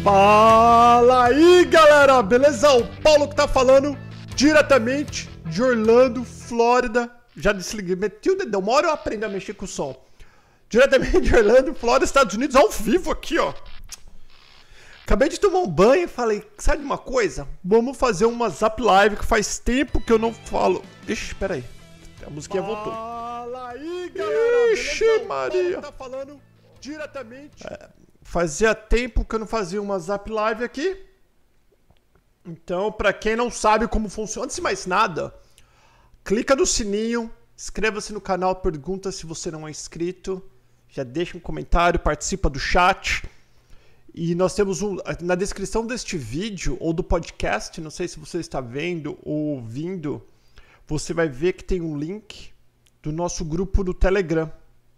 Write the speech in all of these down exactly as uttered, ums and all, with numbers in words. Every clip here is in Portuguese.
Fala aí, galera! Beleza? O Paulo que tá falando diretamente de Orlando, Flórida. Já desliguei, meti o dedão. Uma hora eu aprendo a mexer com o som. Diretamente de Orlando, Flórida, Estados Unidos, ao vivo aqui, ó. Acabei de tomar um banho e falei, sabe de uma coisa? Vamos fazer uma Zap Live que faz tempo que eu não falo. Ixi, peraí. A musiquinha voltou. Fala aí, galera! Ixi, Beleza? Maria! Tá falando diretamente. É, fazia tempo que eu não fazia uma Zap Live aqui. Então, pra quem não sabe como funciona, antes de mais nada, clica no sininho, inscreva-se no canal, pergunta se você não é inscrito, já deixa um comentário, participa do chat. E nós temos um, na descrição deste vídeo ou do podcast, não sei se você está vendo ou ouvindo, você vai ver que tem um link do nosso grupo do Telegram.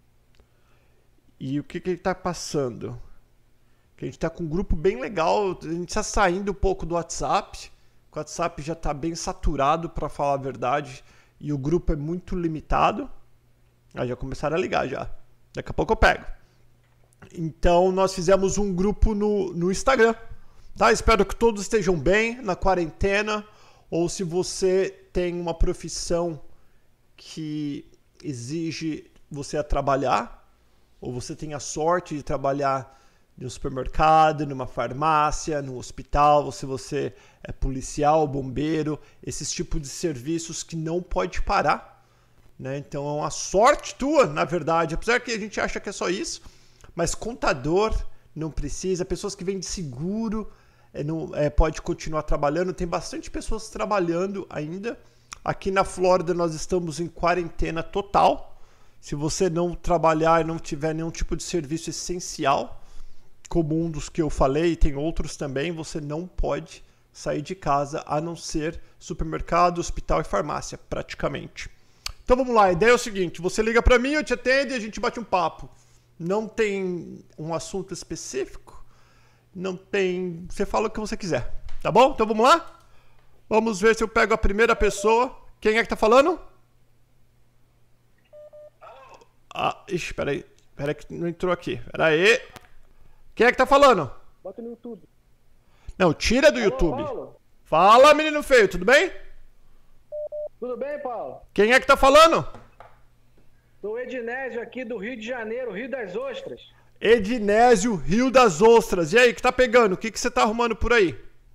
E o que que ele está passando? Que a gente está com um grupo bem legal, a gente está saindo um pouco do WhatsApp, o WhatsApp já está bem saturado, para falar a verdade, e o grupo é muito limitado. Aí já começaram a ligar já, daqui a pouco eu pego. Então nós fizemos um grupo no, no Instagram, tá? Espero que todos estejam bem na quarentena, ou se você tem uma profissão que exige você a trabalhar, ou você tem a sorte de trabalhar no supermercado, numa farmácia, no hospital, ou se você é policial, bombeiro, esses tipos de serviços que não pode parar, né? Então é uma sorte tua, na verdade, apesar que a gente acha que é só isso, mas contador não precisa, pessoas que vêm de seguro é, não, é, pode continuar trabalhando, tem bastante pessoas trabalhando ainda. Aqui na Flórida nós estamos em quarentena total, se você não trabalhar e não tiver nenhum tipo de serviço essencial, como um dos que eu falei, e tem outros também, você não pode sair de casa, a não ser supermercado, hospital e farmácia, praticamente. Então vamos lá, a ideia é o seguinte, você liga para mim, eu te atendo e a gente bate um papo. Não tem um assunto específico, não tem... Você fala o que você quiser, tá bom? Então vamos lá? Vamos ver se eu pego a primeira pessoa. Quem é que tá falando? Ah, ixi, peraí. Peraí que não entrou aqui. Peraí. Quem é que tá falando? Bota no YouTube. Não, tira do Alô, YouTube. Paulo? Fala, menino feio, tudo bem? Tudo bem, Paulo? Quem é que tá falando? Sou Ednésio aqui do Rio de Janeiro, Rio das Ostras. Ednésio, Rio das Ostras. E aí, que tá pegando? O que que você tá arrumando por aí?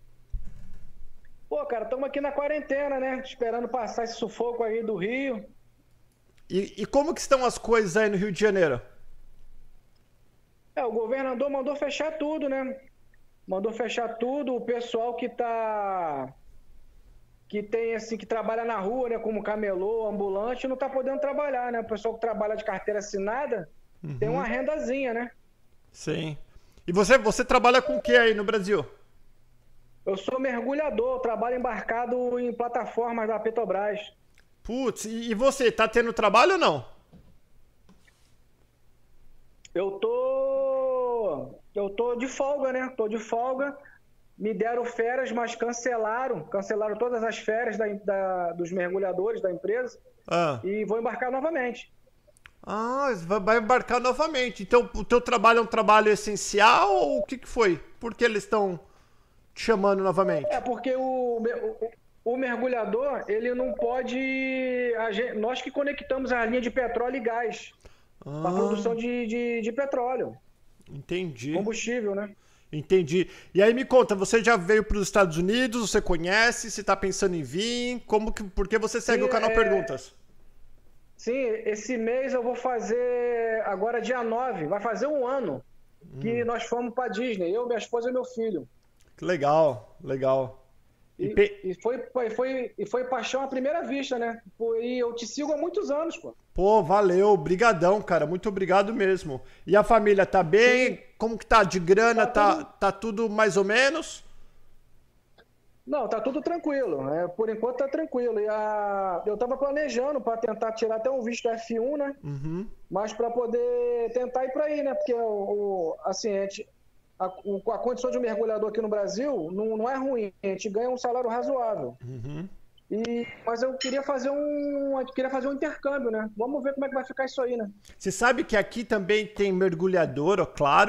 Pô, cara, estamos aqui na quarentena, né? Esperando passar esse sufoco aí do Rio. E, e como que estão as coisas aí no Rio de Janeiro? É, o governador mandou fechar tudo, né? Mandou fechar tudo. O pessoal que tá... que tem, assim, que trabalha na rua, né? Como camelô, ambulante, não tá podendo trabalhar, né? O pessoal que trabalha de carteira assinada Uhum. tem uma rendazinha, né? Sim. E você, você trabalha com o que aí no Brasil? Eu sou mergulhador, trabalho embarcado em plataformas da Petrobras. Putz, e, e você, tá tendo trabalho ou não? Eu tô... Eu tô de folga, né? Tô de folga. Me deram férias, mas cancelaram. Cancelaram todas as férias da, da, dos mergulhadores da empresa. Ah, E vou embarcar novamente. ah vai vai embarcar novamente. Então, o teu trabalho é um trabalho essencial ou o que que foi? Por que eles estão te chamando novamente? É, porque o, o, o mergulhador, ele não pode... A gente, nós que conectamos a linha de petróleo e gás para a Ah, produção de, de, de petróleo. entendi. Combustível, né? Entendi. E aí me conta, você já veio para os Estados Unidos? Você conhece? Você está pensando em vir? Como que, por que você segue Sim, o canal é... Perguntas? Sim, esse mês eu vou fazer, agora dia nove, vai fazer um ano que Hum, nós fomos para Disney, eu, minha esposa e meu filho. que legal, legal. E, E, pe- e foi, foi, foi, e foi paixão à primeira vista, né? Pô, e eu te sigo há muitos anos, pô. Pô, valeu, brigadão, cara, muito obrigado mesmo. E a família tá bem? Sim, Como que tá de grana? tá Tá, tudo... tá tudo mais ou menos? Não, tá tudo tranquilo, né? Por enquanto tá tranquilo. E a... eu tava planejando para tentar tirar até um visto F um, né? Uhum. Mas para poder tentar ir para aí, né? Porque, o, o- assim, a, gente, a, o- a condição de um mergulhador aqui no Brasil não, não é ruim. A gente ganha um salário razoável. Uhum. E, mas eu queria fazer um, eu queria fazer um intercâmbio, né? Vamos ver como é que vai ficar isso aí, né? Você sabe que aqui também tem mergulhador, ó, claro,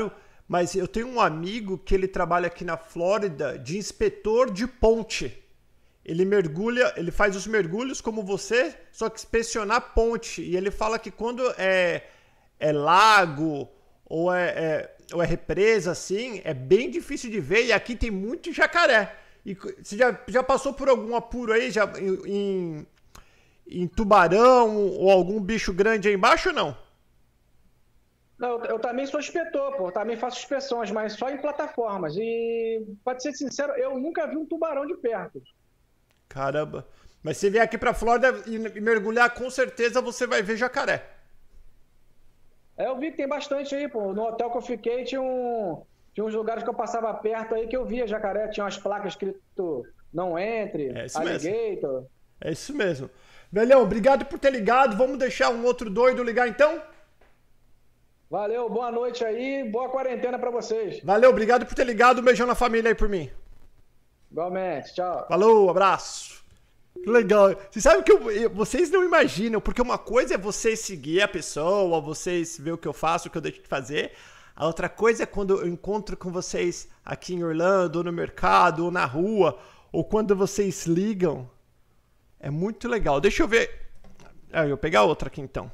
mas eu tenho um amigo que ele trabalha aqui na Flórida de inspetor de ponte. Ele mergulha, ele faz os mergulhos como você, só que inspecionar ponte. E ele fala que quando é, é lago ou é, é, ou é represa, assim, é bem difícil de ver. E aqui tem muito jacaré. E você já, já passou por algum apuro aí, já, em, em tubarão ou algum bicho grande aí embaixo ou não? Não, eu, eu também sou inspetor, pô. Também faço inspeções, mas só em plataformas. E, pra ser sincero, eu nunca vi um tubarão de perto. Caramba. Mas se vier aqui pra Flórida e mergulhar, com certeza você vai ver jacaré. É, eu vi que tem bastante aí, pô. No hotel que eu fiquei tinha, um, tinha uns lugares que eu passava perto aí que eu via jacaré. Tinha umas placas escrito não entre, É isso alligator. mesmo. É isso mesmo. Velhão, obrigado por ter ligado. Vamos deixar um outro doido ligar então? Valeu, boa noite aí. Boa quarentena pra vocês. Valeu, obrigado por ter ligado. Um beijão na família aí por mim. Igualmente, tchau. Falou, abraço. Que legal. Vocês sabem que eu, eu- vocês não imaginam, porque uma coisa é vocês seguir a pessoa, vocês ver o que eu faço, o que eu deixo de fazer. A outra coisa é quando eu encontro com vocês aqui em Orlando, ou no mercado, ou na rua, ou quando vocês ligam. É muito legal. Deixa eu ver. Ah, eu vou pegar outra aqui então.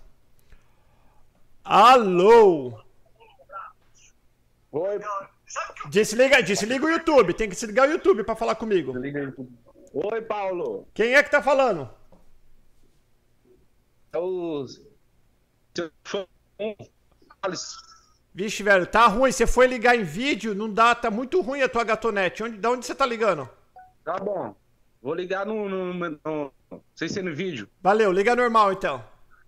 Alô? Oi, Desliga, desliga o YouTube. Tem que desligar o YouTube pra falar comigo. Oi, Paulo. Quem é que tá falando? É o... Vixe, velho, tá ruim. Você foi ligar em vídeo, não dá, tá muito ruim a tua gatonete. Onde, da onde você tá ligando? Tá bom. Vou ligar no... no, no, no sem ser no vídeo. Valeu, liga normal então.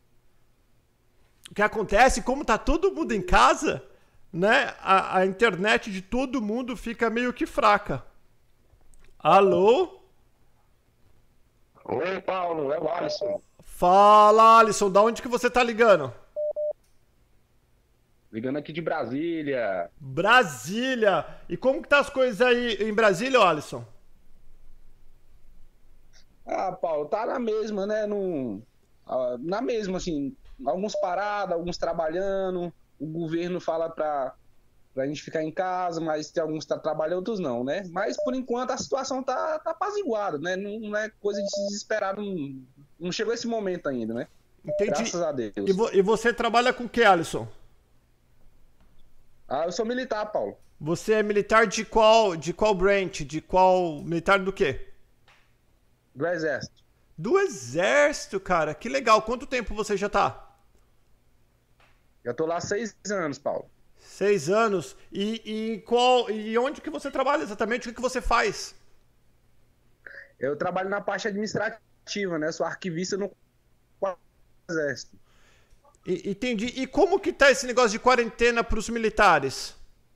O que acontece, como tá todo mundo em casa, né? A, a internet de todo mundo fica meio que fraca. Alô? Oi, Paulo. É o Alisson. Fala, Alisson, da onde que você tá ligando? Ligando aqui de Brasília. Brasília. E como que tá as coisas aí em Brasília, Alisson? Ah, Paulo, tá na mesma, né? No, ah, na mesma, assim, alguns parados, alguns trabalhando. O governo fala pra, pra gente ficar em casa, mas tem alguns que tá trabalhando, outros não, né? Mas por enquanto a situação tá, tá apaziguada, né? Não, não é coisa de se desesperar, não, não chegou esse momento ainda, né? Entendi. Graças a Deus. E, vo- e você trabalha com o que, Alisson? Ah, eu sou militar, Paulo. Você é militar de qual, de qual branch? De qual militar do quê? Do Exército. Do exército, cara. Que legal. Quanto tempo você já tá? Já tô lá há seis anos, Paulo. Seis anos. E, e qual? E onde que você trabalha exatamente? O que que você faz? Eu trabalho na parte administrativa, né? Sou arquivista no Exército. E, entendi. E como que tá esse negócio de quarentena para os militares?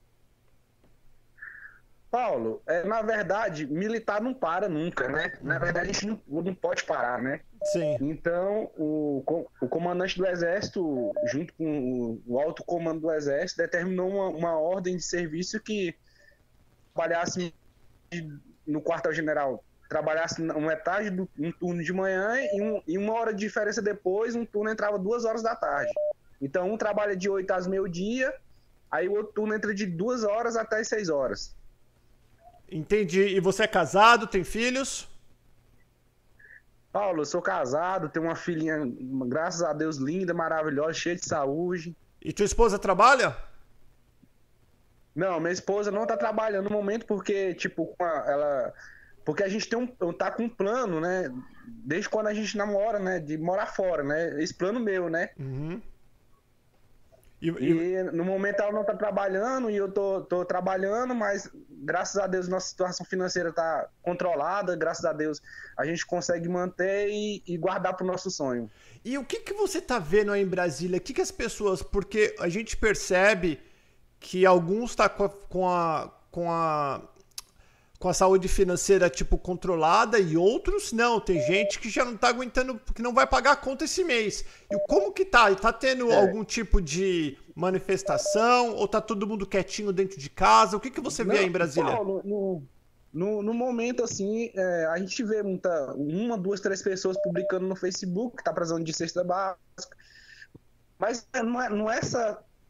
Paulo, é, na verdade, militar não para nunca, né? Na verdade, a gente não, não pode parar, né? Sim. Então, o, co- o comandante do Exército, junto com o, o alto comando do Exército, determinou uma, uma ordem de serviço que trabalhasse no quartel-general, trabalhasse na metade do um turno de manhã e, um, e uma hora de diferença depois, um turno entrava duas horas da tarde. Então, um trabalha de oito às meio-dia, aí o outro turno entra de duas horas até as seis horas. Entendi. E você é casado, tem filhos? Paulo, eu sou casado, tenho uma filhinha, graças a Deus, linda, maravilhosa, cheia de saúde. E tua esposa trabalha? Não, minha esposa não tá trabalhando no momento porque, tipo, com a- ela... Porque a gente tem um, tá com um plano, né? Desde quando a gente namora, né? De morar fora, né? Esse plano meu, né? Uhum. E, e- E no momento ela não tá trabalhando e eu tô, tô trabalhando, mas graças a Deus nossa situação financeira tá controlada, graças a Deus a gente consegue manter e, e guardar pro nosso sonho. e o que que você tá vendo aí em Brasília? O que que as pessoas... Porque a gente percebe que alguns tá com a, com a, com a, com a saúde financeira, tipo, controlada e outros não. Tem gente que já não tá aguentando, que não vai pagar a conta esse mês. E como que tá? Tá tendo É. algum tipo de manifestação? Ou tá todo mundo quietinho dentro de casa? O que que você vê Não, aí em Brasília? Paulo, no, no, no momento, assim, é, a gente vê muita, uma, duas, três pessoas publicando no Facebook que tá precisando de cesta básica. Mas não é, não é essa,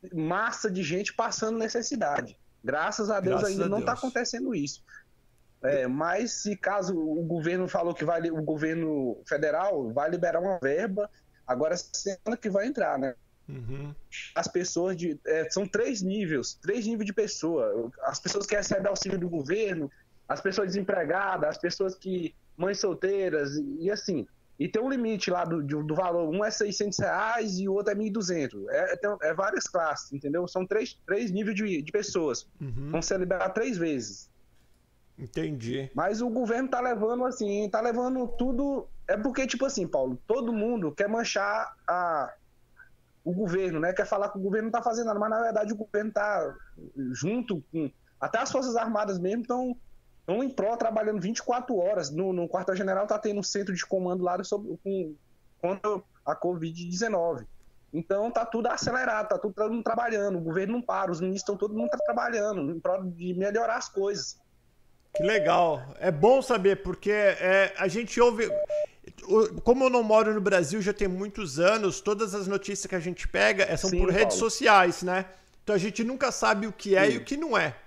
massa de gente passando necessidade. Graças a Deus Graças ainda a não está Deus. acontecendo isso. É, mas se caso o governo falou que vai, o governo federal vai liberar uma verba, agora semana que vai entrar, né? Uhum. As pessoas de é, são três níveis, três níveis de pessoa. As pessoas que recebem auxílio do governo, as pessoas desempregadas, as pessoas que mães solteiras e, e assim. E tem um limite lá do, do valor, um é seiscentos reais e o outro é mil e duzentos. É, é, tem- é várias classes, entendeu? São três, três níveis de, de pessoas. Uhum. Vão ser liberadas três vezes. Entendi. Mas o governo tá levando assim, tá levando tudo. É porque, tipo assim, Paulo, todo mundo quer manchar a, o governo, né? Quer falar que o governo não tá fazendo nada, mas na verdade o governo tá junto com. Até as Forças Armadas mesmo estão estão em pró, trabalhando vinte e quatro horas. No, no quartel-general tá tendo um centro de comando lá sobre, com, contra a covid dezenove. Então tá tudo acelerado, tá tudo, todo mundo trabalhando. O governo não para, os ministros estão todo mundo tá trabalhando em prol de melhorar as coisas. Que legal. É bom saber, porque é, a gente ouve. o- Como eu não moro no Brasil já tem muitos anos, todas as notícias que a gente pega é, são Sim, por redes Paulo. sociais, né? Então a gente nunca sabe o que é Sim. e o que não é.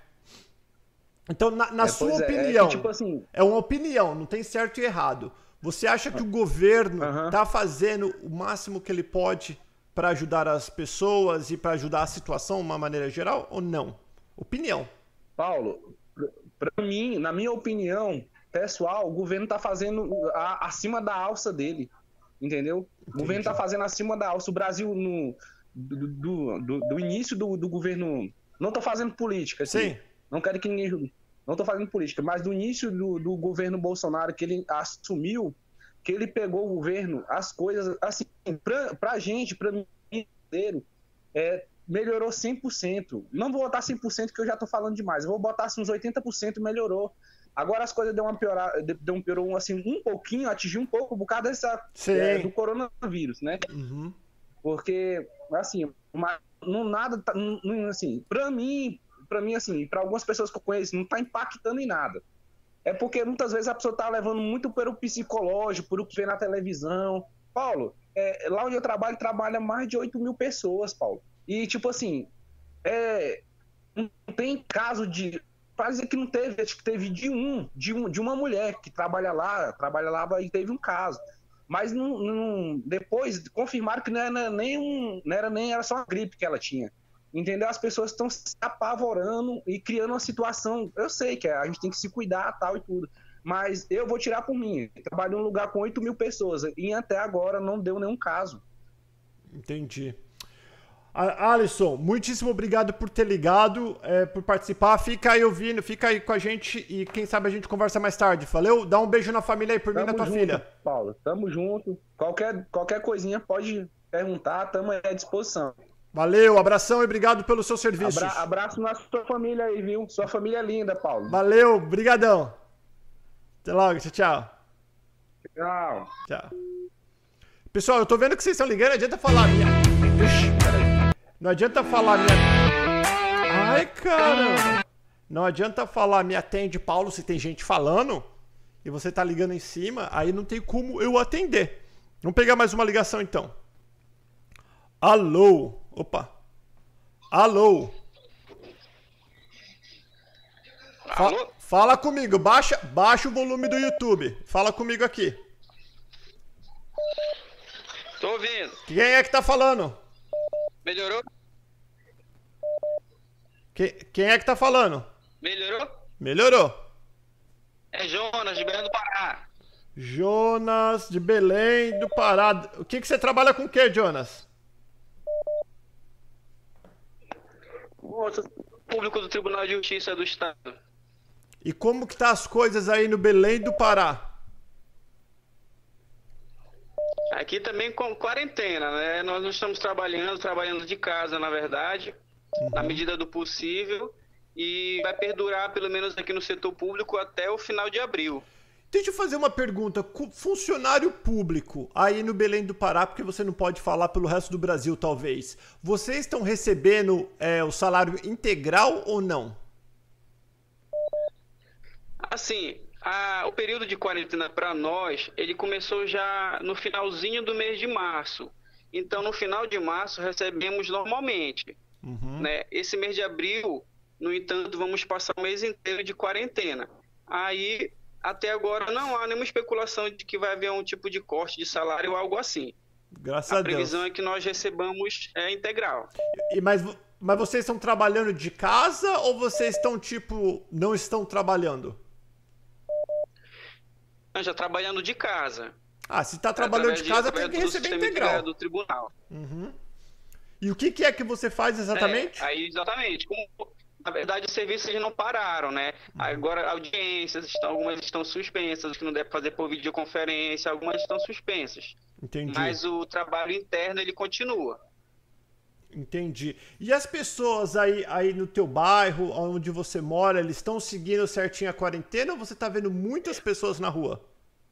Então, na, na É, sua pois é, é que, opinião, tipo assim- é uma opinião, não tem certo e errado. Você acha que o governo Aham. está fazendo o máximo que ele pode para ajudar as pessoas e para ajudar a situação de uma maneira geral ou não? Opinião. Paulo, para mim, na minha opinião pessoal, o governo está fazendo a- acima da alça dele, entendeu? O governo está fazendo acima da alça. O Brasil, no, do, do, do- do início do, do governo... Não estou fazendo política, assim, Sim. não quero que ninguém julgue. Não estou fazendo política, mas do início do, do governo Bolsonaro, que ele assumiu, que ele pegou o governo, as coisas, assim, para a gente, para mim, inteiro, é, melhorou cem por cento. Não vou botar cem por cento que eu já tô falando demais. Eu vou botar assim, uns oitenta por cento melhorou. Agora as coisas deu uma piorada, deu um piorou assim um pouquinho, atingiu um pouco por causa dessa Sim. é, do coronavírus, né? Uhum. Porque assim, mas não nada tá, não, não, assim, para mim, para mim assim, para algumas pessoas que eu conheço, não tá impactando em nada. É porque muitas vezes a pessoa tá levando muito pelo psicológico, por o que vê na televisão. Paulo, é, lá onde eu trabalho, trabalha mais de oito mil pessoas, Paulo. E, tipo assim, é, não tem caso de... Para dizer que não teve, acho que teve de um, de um, de uma mulher que trabalha lá, trabalha lá e teve um caso. Mas não, não- depois confirmaram que não era nem um, não era nem era só uma gripe que ela tinha. Entendeu? As pessoas estão se apavorando e criando uma situação. Eu sei que a gente tem que se cuidar, tal e tudo. Mas eu vou tirar por mim. Eu trabalho em um lugar com oito mil pessoas e até agora não deu nenhum caso. Entendi. A- Alisson, muitíssimo obrigado por ter ligado, é, por participar. Fica aí ouvindo, fica aí com a gente e quem sabe a gente conversa mais tarde. Valeu? Dá um beijo na família aí por mim e na tua junto, filha. Paulo. Tamo junto. Qualquer, qualquer coisinha pode perguntar, tamo aí à disposição. Valeu, abração e obrigado pelo seu serviço. Abra, abraço na sua família aí, viu? Sua família é linda, Paulo. Valeu, brigadão. Até logo, tchau, tchau. Tchau. Tchau. Pessoal, eu tô vendo que vocês estão ligando, não adianta falar minha... Ixi, peraí. Não adianta falar minha... Ai, caramba. Não adianta falar me atende, Paulo, se tem gente falando e você tá ligando em cima, aí não tem como eu atender. Vamos pegar mais uma ligação, então. Alô? Opa. Alô? Fa- Alô? Fala comigo, baixa, baixa o volume do YouTube. Fala comigo aqui. Tô ouvindo. Quem é que tá falando? Melhorou? Que- quem é que tá falando? Melhorou? Melhorou. É Jonas, de Belém do Pará. Jonas de Belém do Pará. O que que você trabalha com o que, Jonas? Moço, público do Tribunal de Justiça do Estado. E como que tá as coisas aí no Belém do Pará? Aqui também com quarentena, né? Nós não estamos trabalhando, trabalhando de casa, na verdade, na medida do possível. E vai perdurar, pelo menos aqui no setor público, até o final de abril. Deixa eu fazer uma pergunta. Cu- Funcionário público aí no Belém do Pará, porque você não pode falar pelo resto do Brasil, talvez. Vocês estão recebendo é, o salário integral ou não? Assim, a- o período de quarentena para nós, ele começou já no finalzinho do mês de março. Então, no final de março, recebemos normalmente. Uhum. Né? Esse mês de abril, no entanto, vamos passar o mês inteiro de quarentena. Aí, até agora, não há nenhuma especulação de que vai haver um tipo de corte de salário ou algo assim. Graças a, a Deus. A previsão é que nós recebamos é, integral. E, mas, mas vocês estão trabalhando de casa ou vocês estão, tipo, não estão trabalhando? Não, já trabalhando de casa. Ah, se está trabalhando de casa, tem que receber integral. Do tribunal. Uhum. E o que, que é que você faz exatamente? É, aí, exatamente. Como, na verdade, os serviços não pararam, né? Agora, audiências, estão, algumas estão suspensas, que não deve fazer por videoconferência, algumas estão suspensas. Entendi. Mas o trabalho interno, ele continua. Entendi. E as pessoas aí, aí no teu bairro, onde você mora, eles estão seguindo certinho a quarentena ou você está vendo muitas pessoas na rua?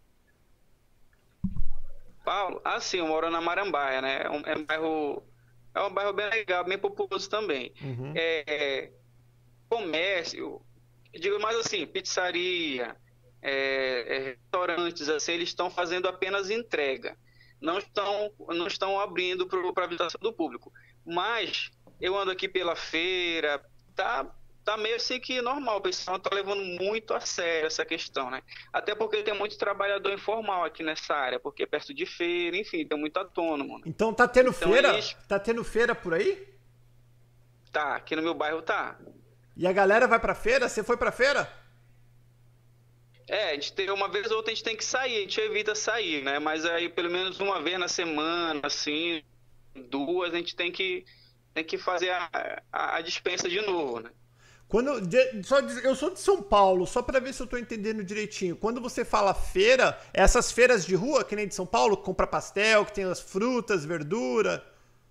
Paulo, assim, eu moro na Marambaia, né? É um, é um bairro, é um bairro bem legal, bem populoso também. Uhum. É, comércio, eu digo mais assim, pizzaria, é, é, restaurantes, assim, eles estão fazendo apenas entrega. Não estão, não estão abrindo para a visitação do público. Mas eu ando aqui pela feira, tá, tá meio assim que normal, o pessoal está levando muito a sério essa questão, né? Até porque tem muito trabalhador informal aqui nessa área, porque é perto de feira, enfim, tem muito autônomo. Né? Então tá tendo então, feira? Eles... Tá tendo feira por aí? Tá, aqui no meu bairro tá. E a galera vai pra feira? Você foi pra feira? É, a gente tem, uma vez ou outra a gente tem que sair, a gente evita sair, né? Mas aí pelo menos uma vez na semana, assim, duas, a gente tem que, tem que fazer a, a, a dispensa de novo, né? Quando, só, eu sou de São Paulo, só para ver se eu tô entendendo direitinho. Quando você fala feira, essas feiras de rua, que nem de São Paulo, que compra pastel, que tem as frutas, verdura.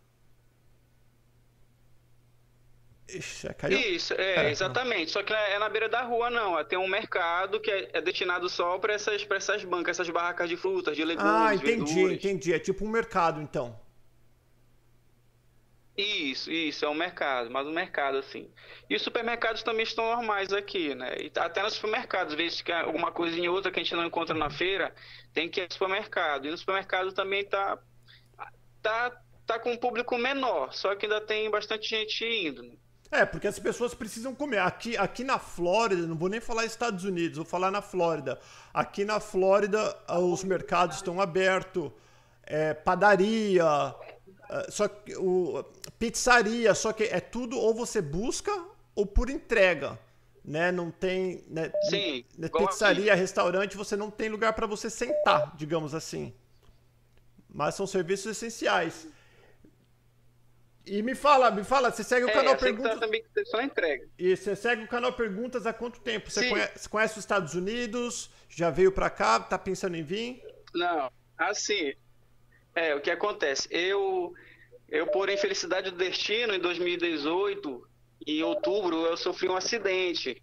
Ixi, caiu. Isso, é, é, exatamente. Só que é na beira da rua, não. Tem um mercado que é, é destinado só para essas, para essas bancas, essas barracas de frutas, de legumes, ah, entendi, verduras. entendi. É tipo um mercado, então. Isso, isso, é um mercado, mas um mercado, assim. E os supermercados também estão normais aqui, né? E até nos supermercados, às vezes que alguma coisinha ou outra que a gente não encontra na feira, tem que ir ao supermercado. E no supermercado também tá, tá, tá com um público menor, só que ainda tem bastante gente indo, né? É, porque as pessoas precisam comer. Aqui, aqui na Flórida, não vou nem falar Estados Unidos, vou falar na Flórida. Aqui na Flórida, os mercados estão abertos, é, padaria, só que, o, pizzaria, só que é tudo ou você busca ou por entrega, né? Não tem, né? Sim, né, pizzaria, aqui. Restaurante, você não tem lugar para você sentar, digamos assim. Mas são serviços essenciais. E me fala, me fala, você segue o canal é, Perguntas... Tá também só entrega. E você segue o canal Perguntas há quanto tempo? Você conhece, você conhece os Estados Unidos? Já veio pra cá? Tá pensando em vir? Não, assim, é, o que acontece? Eu, eu por infelicidade do destino, em dois mil e dezoito, em outubro, eu sofri um acidente.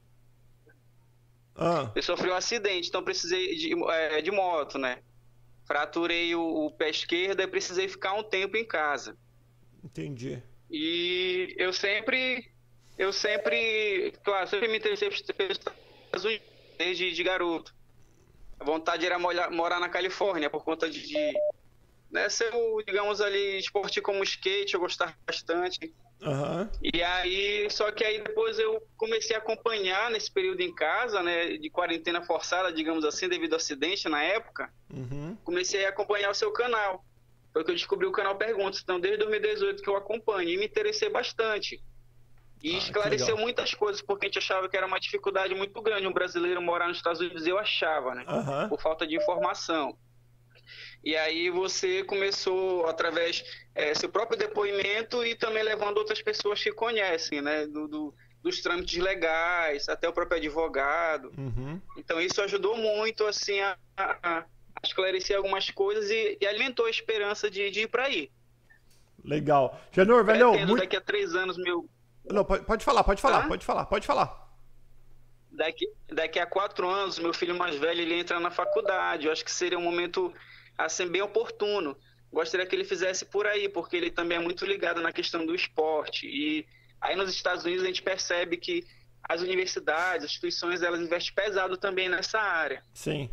Ah. Eu sofri um acidente, então precisei de, é, de moto, né? Fraturei o, o pé esquerdo e precisei ficar um tempo em casa. Entendi. E eu sempre, eu sempre, claro, sempre me interessei pelos Estados Unidos, desde de garoto. A vontade era morar, morar na Califórnia por conta de, de né, ser, digamos ali, esporte como skate, eu gostava bastante. Uhum. E aí, só que aí depois eu comecei a acompanhar nesse período em casa, né, de quarentena forçada, digamos assim, devido ao acidente na época. Uhum. Comecei a acompanhar o seu canal. Foi que eu descobri o canal Perguntas. Então, desde dois mil e dezoito que eu acompanho e me interessei bastante. E ah, esclareceu muitas coisas, porque a gente achava que era uma dificuldade muito grande um brasileiro morar nos Estados Unidos, eu achava, né? Uhum. Por falta de informação. E aí você começou, através é, seu próprio depoimento e também levando outras pessoas que conhecem, né? Do, do, dos trâmites legais, até o próprio advogado. Uhum. Então, isso ajudou muito, assim, a... a esclarecer algumas coisas e, e alimentou a esperança de, de ir para aí. Legal. Janor, velho, muito... daqui a três anos, meu... Não, pode, pode falar, pode falar, tá? pode falar, pode falar. Daqui, daqui a quatro anos, meu filho mais velho, ele entra na faculdade. Eu acho que seria um momento, assim, bem oportuno. Gostaria que ele fizesse por aí, porque ele também é muito ligado na questão do esporte. E aí nos Estados Unidos a gente percebe que as universidades, as instituições, elas investem pesado também nessa área. Sim.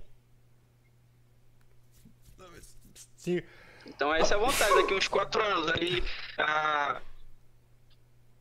Sim. Então essa é a vontade, daqui uns quatro anos ali, a,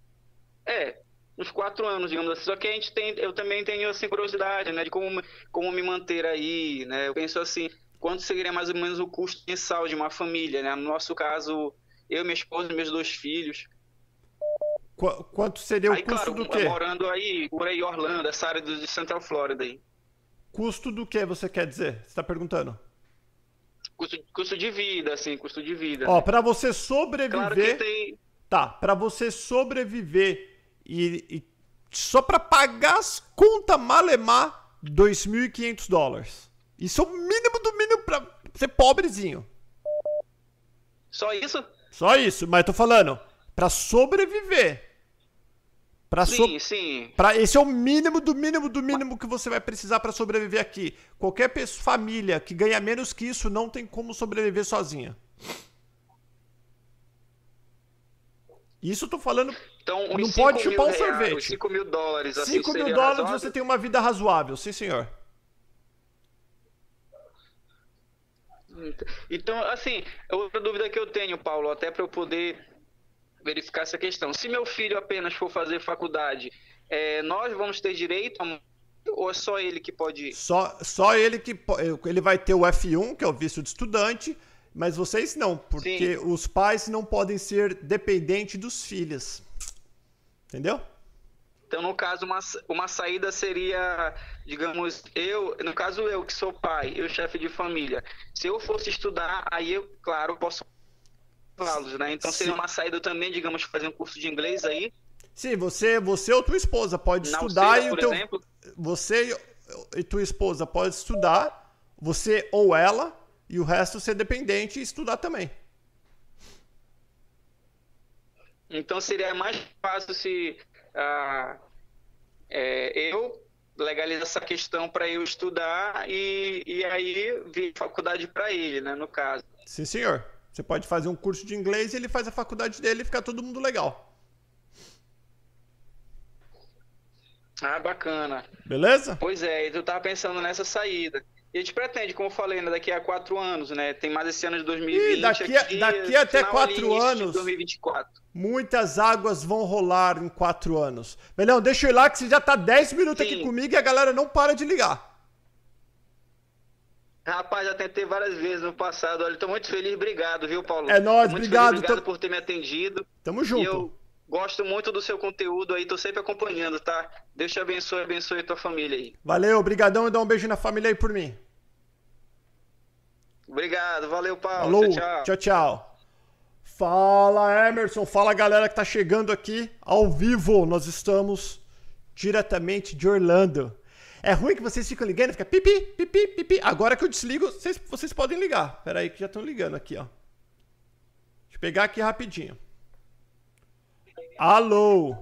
É, uns quatro anos, digamos assim. Só que a gente tem, eu também tenho assim, curiosidade, né, de como, como me manter aí, né? Eu penso assim, quanto seria mais ou menos o custo mensal de uma família, né? No nosso caso, eu, minha esposa e meus dois filhos. Qu- quanto seria o Aí, custo claro, do quê? morando aí, por aí, Orlando, essa área do- de Central Florida aí. Custo do que você quer dizer? Você está perguntando? Custo, custo de vida, assim, custo de vida, Ó, né? para você Claro que sobreviver, tem... tá, para você sobreviver e, e só para pagar as contas malemar, dois mil e quinhentos dólares. Isso é o mínimo do mínimo para ser pobrezinho. Só isso? Só isso, mas eu tô falando, para sobreviver. Pra so... Sim, sim. Pra... Esse é o mínimo do mínimo do mínimo que você vai precisar para sobreviver aqui. Qualquer pessoa, família que ganha menos que isso não tem como sobreviver sozinha. Isso eu tô falando. Então, uns Não cinco pode mil chupar um reais, sorvete. cinco mil dólares, assim, cinco mil seria dólares razoável? você tem uma vida razoável, sim senhor. Então, assim, outra dúvida que eu tenho, Paulo, até para eu poder verificar essa questão. Se meu filho apenas for fazer faculdade, é, nós vamos ter direito a... ou é só ele que pode ir? Só, só ele que po- ele vai ter o F um, que é o visto de estudante, mas vocês não, porque Sim. os pais não podem ser dependentes dos filhos. Entendeu? Então, no caso, uma, uma saída seria, digamos, eu, no caso eu que sou pai, eu chefe de família, se eu fosse estudar, aí eu, claro, posso levá-los, né? Então seria Sim. uma saída também, digamos, fazer um curso de inglês aí, Sim, você, você ou tua esposa pode na estudar Alceda, e o por teu exemplo. você e tua esposa pode estudar, você ou ela e o resto ser dependente e estudar também. Então seria mais fácil se ah, é, eu legalizar essa questão para eu estudar e, e aí vir faculdade para ele, né, no caso. Sim, senhor. Você pode fazer um curso de inglês e ele faz a faculdade dele e fica todo mundo legal. Ah, bacana. Beleza? Pois é, eu tava pensando nessa saída. E a gente pretende, como eu falei, né, daqui a quatro anos, né? Tem mais esse ano de dois mil e vinte Ih, daqui a- aqui, daqui até final quatro ali, início anos. de dois mil e vinte e quatro. Muitas águas vão rolar em quatro anos. Melhão, deixa eu ir lá que você já tá dez minutos aqui Sim. comigo e a galera não para de ligar. Rapaz, já tentei várias vezes no passado. Olha, tô muito feliz. Obrigado, viu, Paulo? É nóis, Tô muito obrigado, Feliz, obrigado tam- por ter me atendido. Tamo E junto. eu gosto muito do seu conteúdo aí, tô sempre acompanhando, tá? Deus te abençoe, abençoe a tua família aí. Valeu, obrigadão e dá um beijo na família aí por mim. Obrigado, valeu, Paulo. Falou, Tchau, tchau. tchau, tchau. Fala, Emerson. Fala, galera que tá chegando aqui ao vivo. Nós estamos diretamente de Orlando. É ruim que vocês ficam ligando, fica pipi, pipi, pipi. Agora que eu desligo, vocês, vocês podem ligar. Pera aí que já estão ligando aqui, ó. Deixa eu pegar aqui rapidinho. Alô.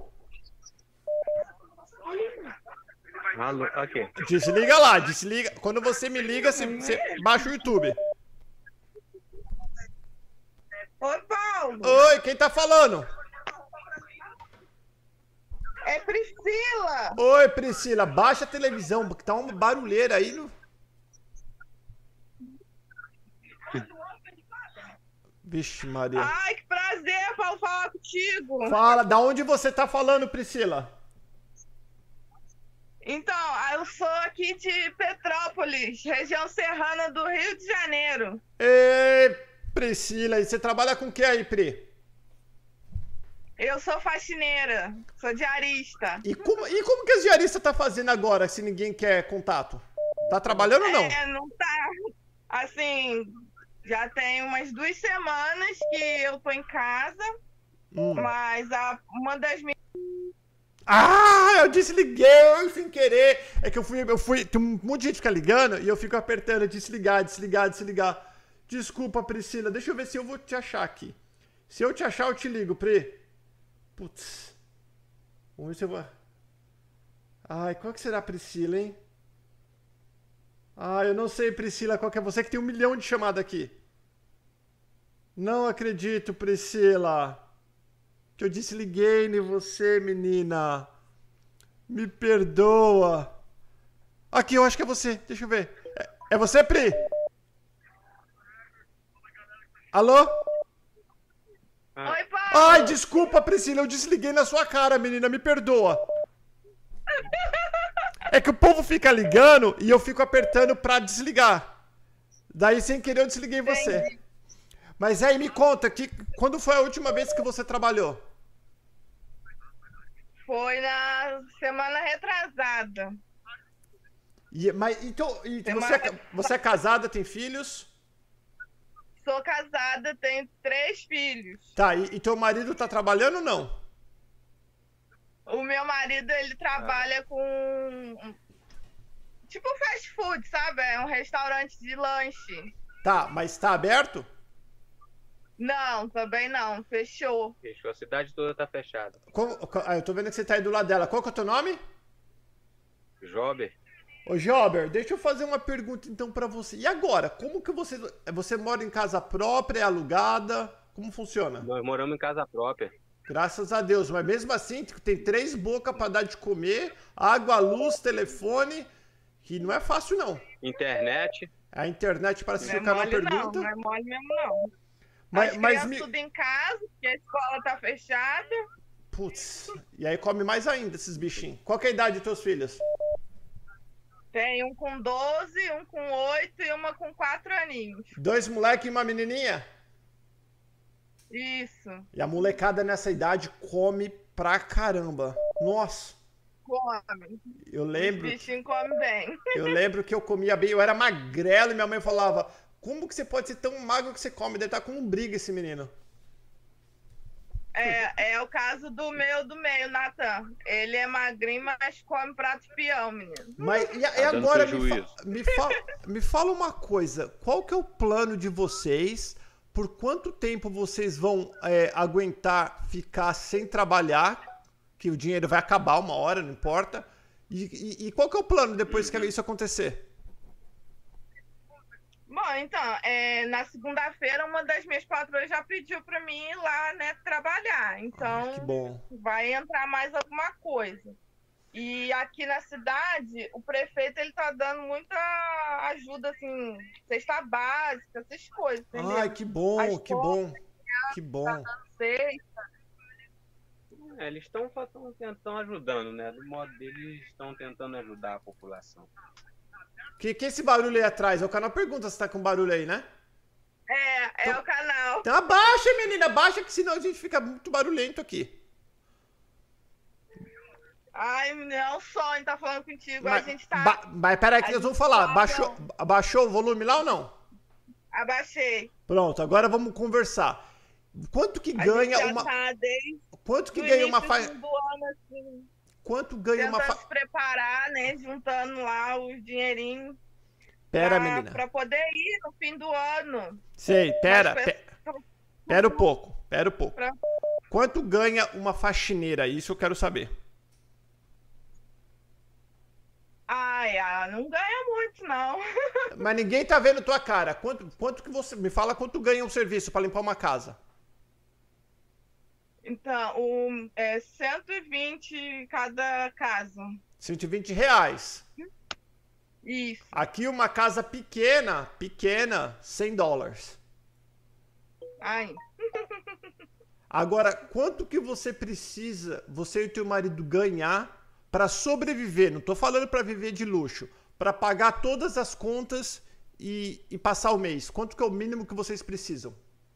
Alô, ok. Desliga lá, desliga. Quando você me liga, você, você baixa o YouTube. Oi, Paulo. Oi, quem tá falando? É Priscila. Oi, Priscila, baixa a televisão, porque tá uma barulheira aí no... Vixe, Maria. Ai, que prazer, Paulo, falar contigo. Fala, da onde você tá falando, Priscila? Então, eu sou aqui de Petrópolis, região serrana do Rio de Janeiro. Ei, Priscila, e você trabalha com o que aí, Pri? Eu sou faxineira, sou diarista. E como, e como que as diaristas tá fazendo agora, se ninguém quer contato? Tá trabalhando ou não? É, não tá. Assim, já tem umas duas semanas que eu tô em casa, Hum. mas a, uma das minhas. Ah, eu desliguei sem querer. É que eu fui, eu fui. Tem um monte de gente que fica ligando e eu fico apertando desligar, desligar, desligar. Desculpa, Priscila. Deixa eu ver se eu vou te achar aqui. Se eu te achar, eu te ligo, Pri. Putz. Vamos ver se eu vou. Ai, qual que será a Priscila, hein? Ah, eu não sei, Priscila, qual que é você que tem um milhão de chamada aqui. Não acredito, Priscila. Que eu desliguei em você, menina. Me perdoa. Aqui, eu acho que é você. Deixa eu ver. É, é você, Pri? Alô? Oi, Paulo. Ai, desculpa, Priscila, eu desliguei na sua cara, menina, me perdoa. É que o povo fica ligando e eu fico apertando pra desligar. Daí, sem querer, eu desliguei você. Entendi. Mas aí, me conta, que, quando foi a última vez que você trabalhou? Foi na semana retrasada. E, mas, então, e Semana você, é, você é casada, tem filhos? Sou casada, tenho três filhos. Tá, e, e teu marido tá trabalhando ou não? O meu marido, ele trabalha com tipo fast food, sabe? É um restaurante de lanche. Tá, mas tá aberto? Não, também não, fechou. Fechou, a cidade toda tá fechada. Como, ah, eu tô vendo que você tá aí do lado dela. Qual que é o teu nome? Jober, Ô, Jober, deixa eu fazer uma pergunta então pra você. E agora, como que você... Você mora em casa própria, é alugada? Como funciona? nós moramos em casa própria. Graças a Deus, mas mesmo assim tem três bocas pra dar de comer, água, luz, telefone, que não é fácil não. Internet. A internet parece Não que é o canal mole não, pergunta. não é mole mesmo não. Mas, As mas crianças me... tudo em casa, porque a escola tá fechada. Putz, e aí come mais ainda esses bichinhos. Qual que é a idade dos teus filhos? Tem um com doze, um com oito e uma com quatro aninhos. Dois moleques e uma menininha? Isso, E a molecada nessa idade come pra caramba. Nossa, come. eu Os lembro, bichinhos comem bem. eu lembro que eu comia bem, eu era magrelo e minha mãe falava, como que você pode ser tão magro que você come? Deve estar com um briga esse menino. É, é o caso do meu do meio, Natan. Ele é magrinho, mas come prato de peão, menino. Mas e, e Tá dando agora me, prejuízo. fa- me, fa- me fala uma coisa, qual que é o plano de vocês? Por quanto tempo vocês vão é, aguentar ficar sem trabalhar? Que o dinheiro vai acabar uma hora, não importa. E, e- e qual que é o plano depois que isso acontecer? Bom, então, é, na segunda-feira, uma das minhas patroas já pediu pra mim ir lá, né, trabalhar. Então, Ah, que bom. vai entrar mais alguma coisa. E aqui na cidade, o prefeito, ele tá dando muita ajuda, assim, cesta básica, essas coisas, entendeu? Ai, que bom, As que bom, que bom. Cesta. É, eles estão tentando ajudando, né? Do modo deles, estão tentando ajudar a população. Que que é esse barulho aí atrás? O canal pergunta se tá com barulho aí, né? É, é Então- o canal. Então abaixa, menina, abaixa que senão a gente fica muito barulhento aqui. Ai, não, o sonho tá falando contigo, Mas, a gente tá... ba- mas peraí que a nós vamos gente falar. tá Baixou, abaixou o volume lá ou não? Abaixei. Pronto, agora vamos conversar. Quanto que A ganha gente já uma... tá desde Quanto que o ganha uma início faixa... do ano, assim, Quanto ganha uma tentando faixa... se preparar, né? Juntando lá os dinheirinhos Pera, pra, menina. pra poder ir no fim do ano. Sei, pera, Mas, pe- pera um pouco, pera um pouco. Pra- Quanto ganha uma faxineira? Isso eu quero saber. Ai, ah, não ganha muito, não. Mas ninguém tá vendo tua cara. Quanto, quanto que você... Me fala quanto ganha um serviço pra limpar uma casa. Então, o, é cento e vinte cada casa. cento e vinte reais. Isso. Aqui uma casa pequena, pequena, cem dólares. Ai, Agora, quanto que você precisa, você e teu marido ganhar para sobreviver? Não tô falando para viver de luxo, para pagar todas as contas e, e passar o mês. Quanto que é o mínimo que vocês precisam?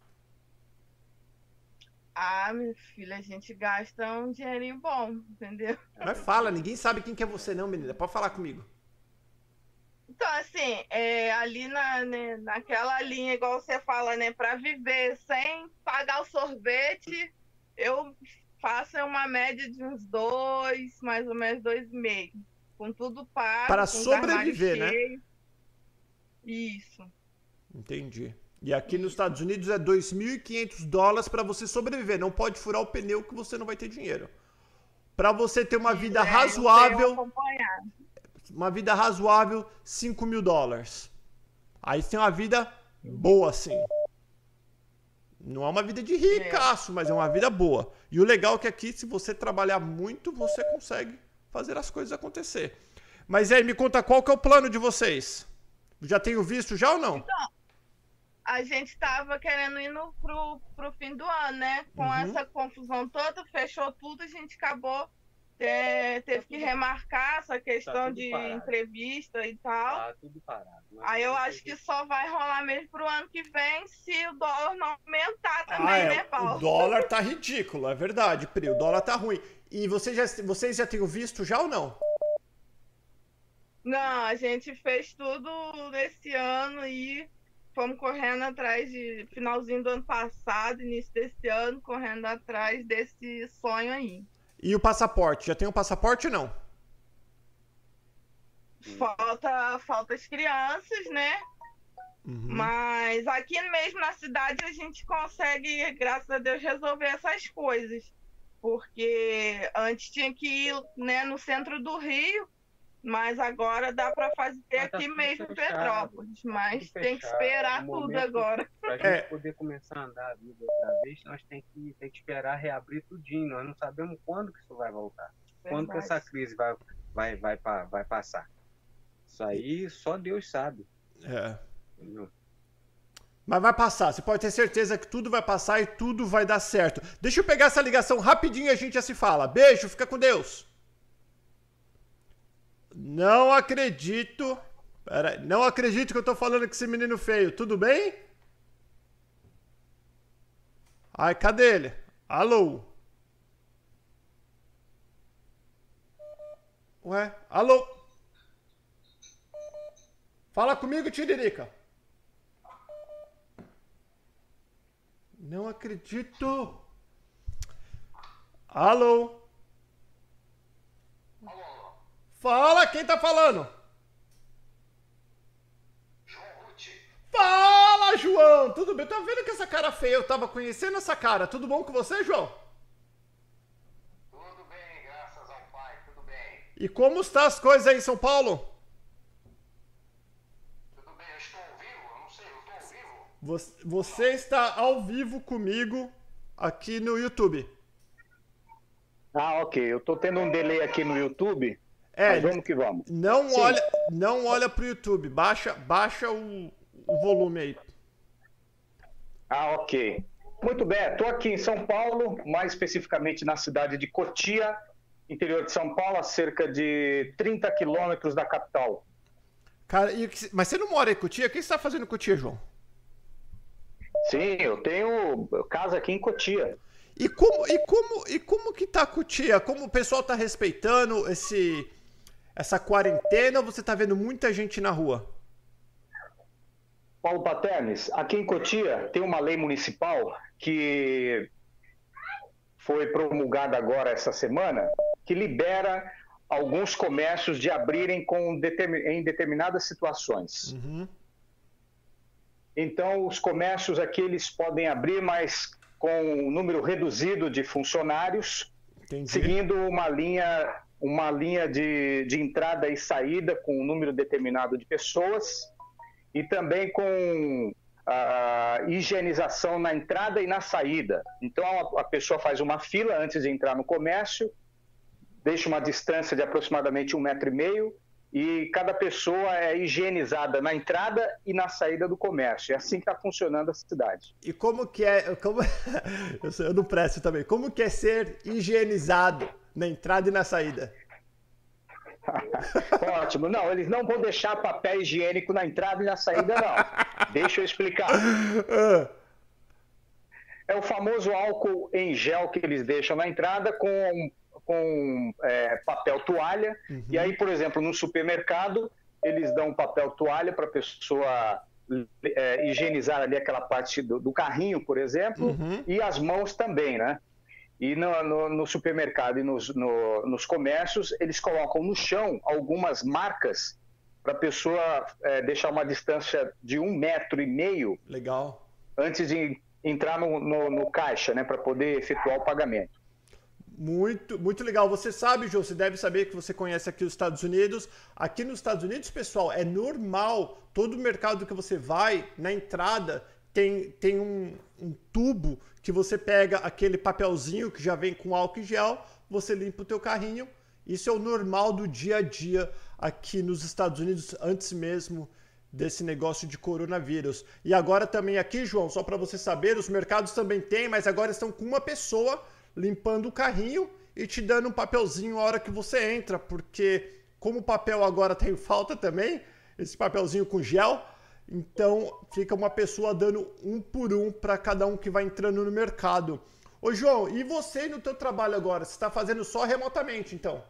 ah, meu filho, a gente gasta um dinheirinho bom, entendeu? Mas fala, ninguém sabe quem que é você não, menina. Pode falar comigo. Então, assim, é, ali na, né, naquela linha, igual você fala, né, para viver sem pagar o sorvete, eu faço uma média de uns dois, mais ou menos dois e meio, com tudo pago. Para com os sobreviver, né? armários cheios. Isso. Entendi. E aqui nos Estados Unidos é dois mil e quinhentos dólares para você sobreviver. Não pode furar o pneu que você não vai ter dinheiro. Para você ter uma vida É, eu tenho razoável, acompanhado. uma vida razoável, cinco mil dólares. Aí você tem uma vida boa, assim. Não é uma vida de ricaço, mas é uma vida boa. E o legal é que aqui, se você trabalhar muito, você consegue fazer as coisas acontecer. Mas aí, me conta qual que é o plano de vocês? Já tenho visto já ou não? a gente estava querendo ir no, pro, pro fim do ano, né? Com Uhum. essa confusão toda, fechou tudo, a gente acabou, é, teve que remarcar essa questão tudo de parado. entrevista e tal. Tá tudo parado. Mas Aí eu não acho tem que só vai rolar mesmo pro ano que vem se o dólar não aumentar Ah, também, é, né, Paulo? o dólar tá ridículo, é verdade, Pri, o dólar tá ruim. E vocês já, vocês já têm visto já ou não? Não, a gente fez tudo nesse ano e fomos correndo atrás de finalzinho do ano passado, início desse ano, correndo atrás desse sonho aí. E o passaporte, já tem o passaporte ou não? Falta, falta as crianças, né? Uhum. Mas aqui mesmo na cidade a gente consegue, graças a Deus, resolver essas coisas. Porque antes tinha que ir, né, no centro do Rio, mas agora dá para fazer Mas tá aqui tudo mesmo em fechado, Petrópolis. Mas tudo tem que fechado. esperar No tudo momento- agora. Pra É. gente poder começar a andar a vida outra vez, nós tem que, tem que esperar reabrir tudinho. Nós não sabemos quando que isso vai voltar. Quando que essa Verdade. crise vai, vai, vai, pa- vai passar. Isso aí só Deus sabe. É. Entendeu? Mas vai passar, você pode ter certeza que tudo vai passar e tudo vai dar certo. Deixa eu pegar essa ligação rapidinho e a gente já se fala. Beijo, fica com Deus. Não acredito. Pera aí, não acredito que eu tô falando com esse menino feio. Tudo bem? Ai, cadê ele? Alô? Ué, alô? Fala comigo, Tiririca. Não acredito. Alô? Fala, quem tá falando? Fala, João! Tudo bem? Tá vendo que essa cara feia? Eu tava conhecendo essa cara. Tudo bom com você, João? Tudo bem, graças ao Pai, tudo bem. E como estão as coisas aí em São Paulo? Tudo bem, eu estou ao vivo? Eu não sei, eu estou ao vivo? Você, você está ao vivo comigo aqui no YouTube. Ah, ok. Eu tô tendo um delay aqui no YouTube, É, mas vamos que vamos. não Sim. olha, não olha pro YouTube. Baixa, baixa o, o volume aí. Ah, ok. Muito bem, estou aqui em São Paulo, mais especificamente na cidade de Cotia, interior de São Paulo, a cerca de trinta quilômetros da capital. Cara, e o que- mas você não mora em Cotia? O que você tá fazendo em Cotia, João? Sim, eu tenho casa aqui em Cotia. E como, e como, e como que tá Cotia? Como o pessoal tá respeitando esse, essa quarentena ou você tá vendo muita gente na rua? Paulo Paternes, aqui em Cotia tem uma lei municipal que foi promulgada agora essa semana, que libera alguns comércios de abrirem com determin- em determinadas situações. Uhum. Então, os comércios aqui eles podem abrir, mas com um número reduzido de funcionários, Entendi. seguindo uma linha, uma linha de, de entrada e saída com um número determinado de pessoas e também com a higienização na entrada e na saída. Então, a, a pessoa faz uma fila antes de entrar no comércio, deixa uma distância de aproximadamente um metro e meio e cada pessoa é higienizada na entrada e na saída do comércio. É assim que está funcionando a cidade. E como que é, como, eu, sou- eu não presto também, como que é ser higienizado na entrada e na saída? Ótimo. Não, eles não vão deixar papel higiênico na entrada e na saída, não. Deixa eu explicar. Ah, É o famoso álcool em gel que eles deixam na entrada com, com é, papel toalha. Uhum. E aí, por exemplo, no supermercado, eles dão papel toalha para a pessoa é, higienizar ali aquela parte do, do carrinho, por exemplo, Uhum. e as mãos também, né? E no, no, no supermercado e nos, no, nos comércios, eles colocam no chão algumas marcas para a pessoa é, deixar uma distância de um metro e meio legal. antes de entrar no, no, no caixa, né, para poder efetuar o pagamento. Muito, muito legal. Você sabe, João, você deve saber que você conhece aqui os Estados Unidos. Aqui nos Estados Unidos, pessoal, é normal, todo mercado que você vai, na entrada, tem, tem um, um tubo que você pega aquele papelzinho que já vem com álcool em gel, você limpa o teu carrinho. Isso é o normal do dia a dia aqui nos Estados Unidos, antes mesmo desse negócio de coronavírus. E agora também aqui, João, só para você saber, os mercados também têm, mas agora estão com uma pessoa limpando o carrinho e te dando um papelzinho a hora que você entra, porque como o papel agora tem falta também, esse papelzinho com gel, então fica uma pessoa dando um por um para cada um que vai entrando no mercado. Ô João, e você no teu trabalho agora? Você está fazendo só remotamente, então?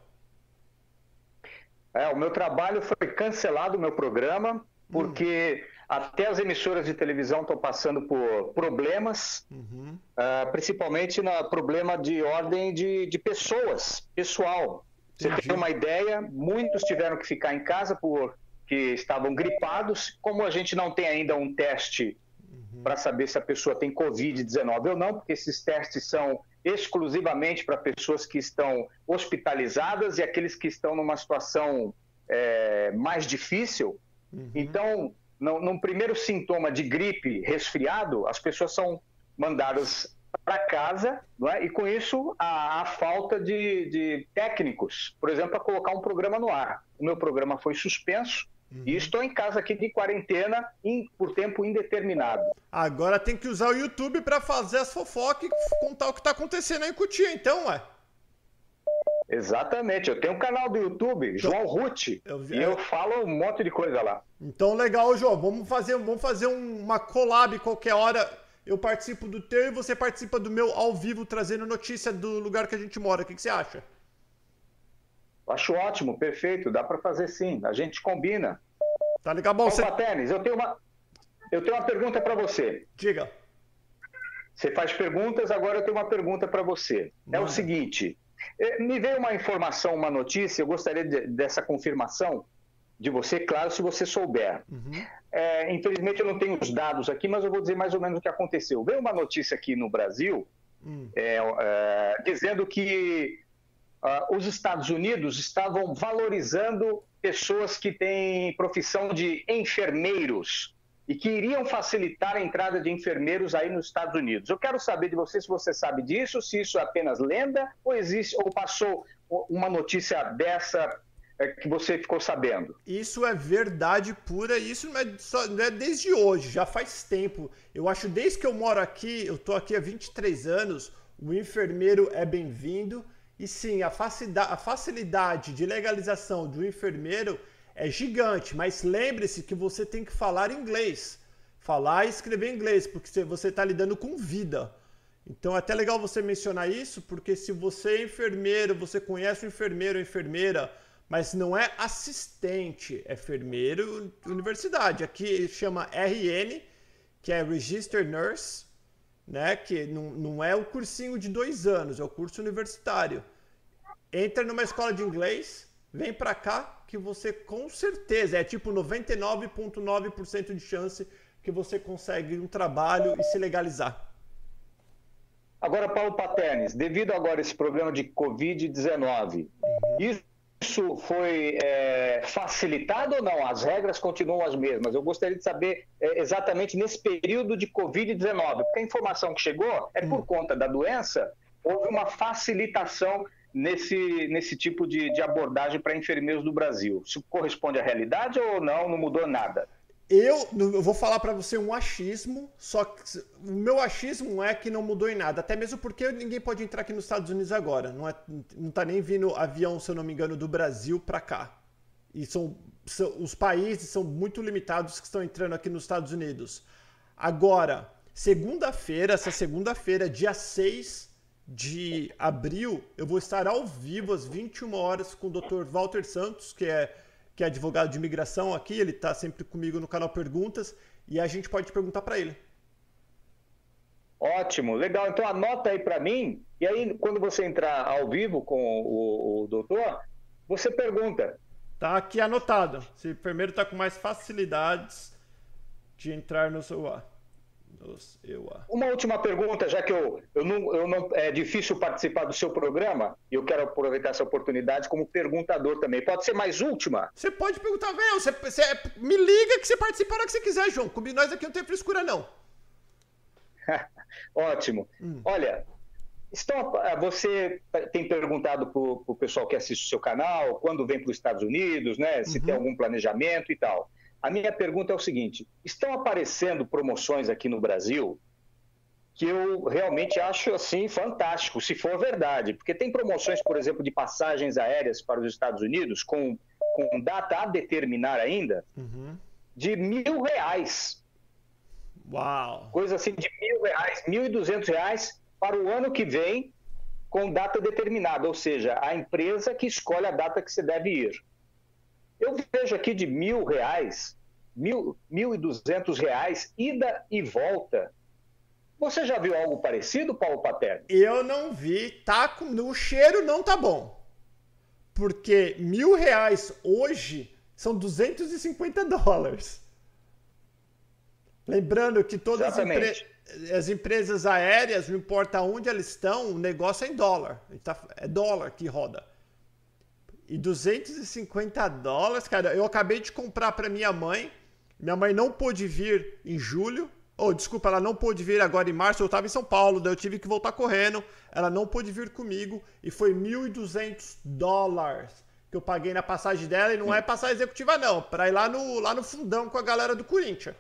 É, o meu trabalho foi cancelado, o meu programa, porque hum. até as emissoras de televisão estão passando por problemas, uhum. uh, principalmente no problema de ordem de, de pessoas, pessoal. Você Entendi. Tem uma ideia, muitos tiveram que ficar em casa porque estavam gripados. Como a gente não tem ainda um teste uhum. para saber se a pessoa tem covid dezenove ou não, porque esses testes são exclusivamente para pessoas que estão hospitalizadas e aqueles que estão numa situação é, mais difícil. Uhum. Então, no, num primeiro sintoma de gripe, resfriado, as pessoas são mandadas para casa, não é? E com isso a, a falta de, de técnicos, por exemplo, para colocar um programa no ar. O meu programa foi suspenso. Uhum. E estou em casa aqui de quarentena in, por tempo indeterminado. Agora tem que usar o YouTube para fazer as fofocas e contar o que está acontecendo aí em Cotia, então, ué. Exatamente. Eu tenho um canal do YouTube, então, João Ruth, eu, e eu falo um monte de coisa lá. Então, legal, João. Vamos fazer, vamos fazer uma collab qualquer hora. Eu participo do teu e você participa do meu ao vivo, trazendo notícia do lugar que a gente mora. O que, que você acha? Acho ótimo, perfeito, dá para fazer sim, a gente combina. Tá legal, bom. Você... Tênis, eu tenho uma, eu tenho uma pergunta para você. Diga. Você faz perguntas, agora eu tenho uma pergunta para você. Não. É o seguinte, me veio uma informação, uma notícia, eu gostaria de, dessa confirmação de você, claro, se você souber. Uhum. É, infelizmente eu não tenho os dados aqui, mas eu vou dizer mais ou menos o que aconteceu. Veio uma notícia aqui no Brasil, uhum. é, é, dizendo que Uh, os Estados Unidos estavam valorizando pessoas que têm profissão de enfermeiros e que iriam facilitar a entrada de enfermeiros aí nos Estados Unidos. Eu quero saber de você se você sabe disso, se isso é apenas lenda ou existe ou passou uma notícia dessa é, que você ficou sabendo. Isso é verdade pura e isso não é, só, não é desde hoje, já faz tempo. Eu acho desde que eu moro aqui, eu estou aqui há vinte e três anos, o enfermeiro é bem-vindo. E sim, a facilidade, a facilidade de legalização de um enfermeiro é gigante, mas lembre-se que você tem que falar inglês. Falar e escrever inglês, porque você está lidando com vida. Então é até legal você mencionar isso, porque se você é enfermeiro, você conhece um enfermeiro ou enfermeira, mas não é assistente, é enfermeiro universidade. Aqui chama R N, que é Registered Nurse, né? Que não, não é o cursinho de dois anos, é o curso universitário. Entra numa escola de inglês, vem pra cá, que você com certeza, é tipo noventa e nove vírgula nove por cento de chance que você consegue um trabalho e se legalizar. Agora, Paulo Paternes, devido agora a esse problema de covid dezenove, uhum. isso foi é, facilitado ou não? As regras continuam as mesmas. Eu gostaria de saber é, exatamente nesse período de covid dezenove, porque a informação que chegou é por uhum. conta da doença, houve uma facilitação nesse, nesse tipo de, de abordagem para enfermeiros do Brasil. Isso corresponde à realidade ou não? Não mudou nada? Eu, eu vou falar para você um achismo, só que o meu achismo é que não mudou em nada, até mesmo porque ninguém pode entrar aqui nos Estados Unidos agora, não, é, não tá nem vindo avião, se eu não me engano, do Brasil para cá. E são, são, os países são muito limitados que estão entrando aqui nos Estados Unidos. Agora, segunda-feira, essa segunda-feira, dia seis de abril, eu vou estar ao vivo às vinte e uma horas com o doutor Walter Santos, que é que é advogado de imigração aqui, ele está sempre comigo no canal Perguntas, e a gente pode perguntar para ele. Ótimo, legal. Então anota aí para mim, e aí quando você entrar ao vivo com o, o doutor, você pergunta. Tá aqui anotado. Se o enfermeiro está com mais facilidades de entrar no celular. Uma última pergunta, já que eu, eu, não, eu não é difícil participar do seu programa, e eu quero aproveitar essa oportunidade como perguntador também. Pode ser mais última? Você pode perguntar, velho. Você, você me liga que você participa na hora que você quiser, João. Comigo nós aqui não tem frescura, não. Ótimo. Hum. Olha, estão, você tem perguntado para o pessoal que assiste o seu canal, quando vem para os Estados Unidos, né? Se uhum. tem algum planejamento e tal. A minha pergunta é o seguinte: estão aparecendo promoções aqui no Brasil que eu realmente acho assim fantástico, se for verdade, porque tem promoções, por exemplo, de passagens aéreas para os Estados Unidos com, com data a determinar ainda, Uhum. de mil reais. Uau! Coisa assim de mil reais, mil e duzentos reais para o ano que vem, com data determinada, ou seja, a empresa que escolhe a data que você deve ir. Eu vejo aqui de mil reais, mil, mil e duzentos reais, ida e volta. Você já viu algo parecido, Paulo Paterno? Eu não vi, tá com... o cheiro não tá bom. Porque mil reais hoje são duzentos e cinquenta dólares. Lembrando que todas as, empre... as empresas aéreas, não importa onde elas estão, o negócio é em dólar. É dólar que roda. E duzentos e cinquenta dólares, cara, eu acabei de comprar para minha mãe. Minha mãe não pôde vir em julho. Oh, desculpa, ela não pôde vir agora em março, eu estava em São Paulo, daí eu tive que voltar correndo. Ela não pôde vir comigo e foi mil e duzentos dólares que eu paguei na passagem dela. E não é passagem executiva não, para ir lá no, lá no fundão com a galera do Corinthians.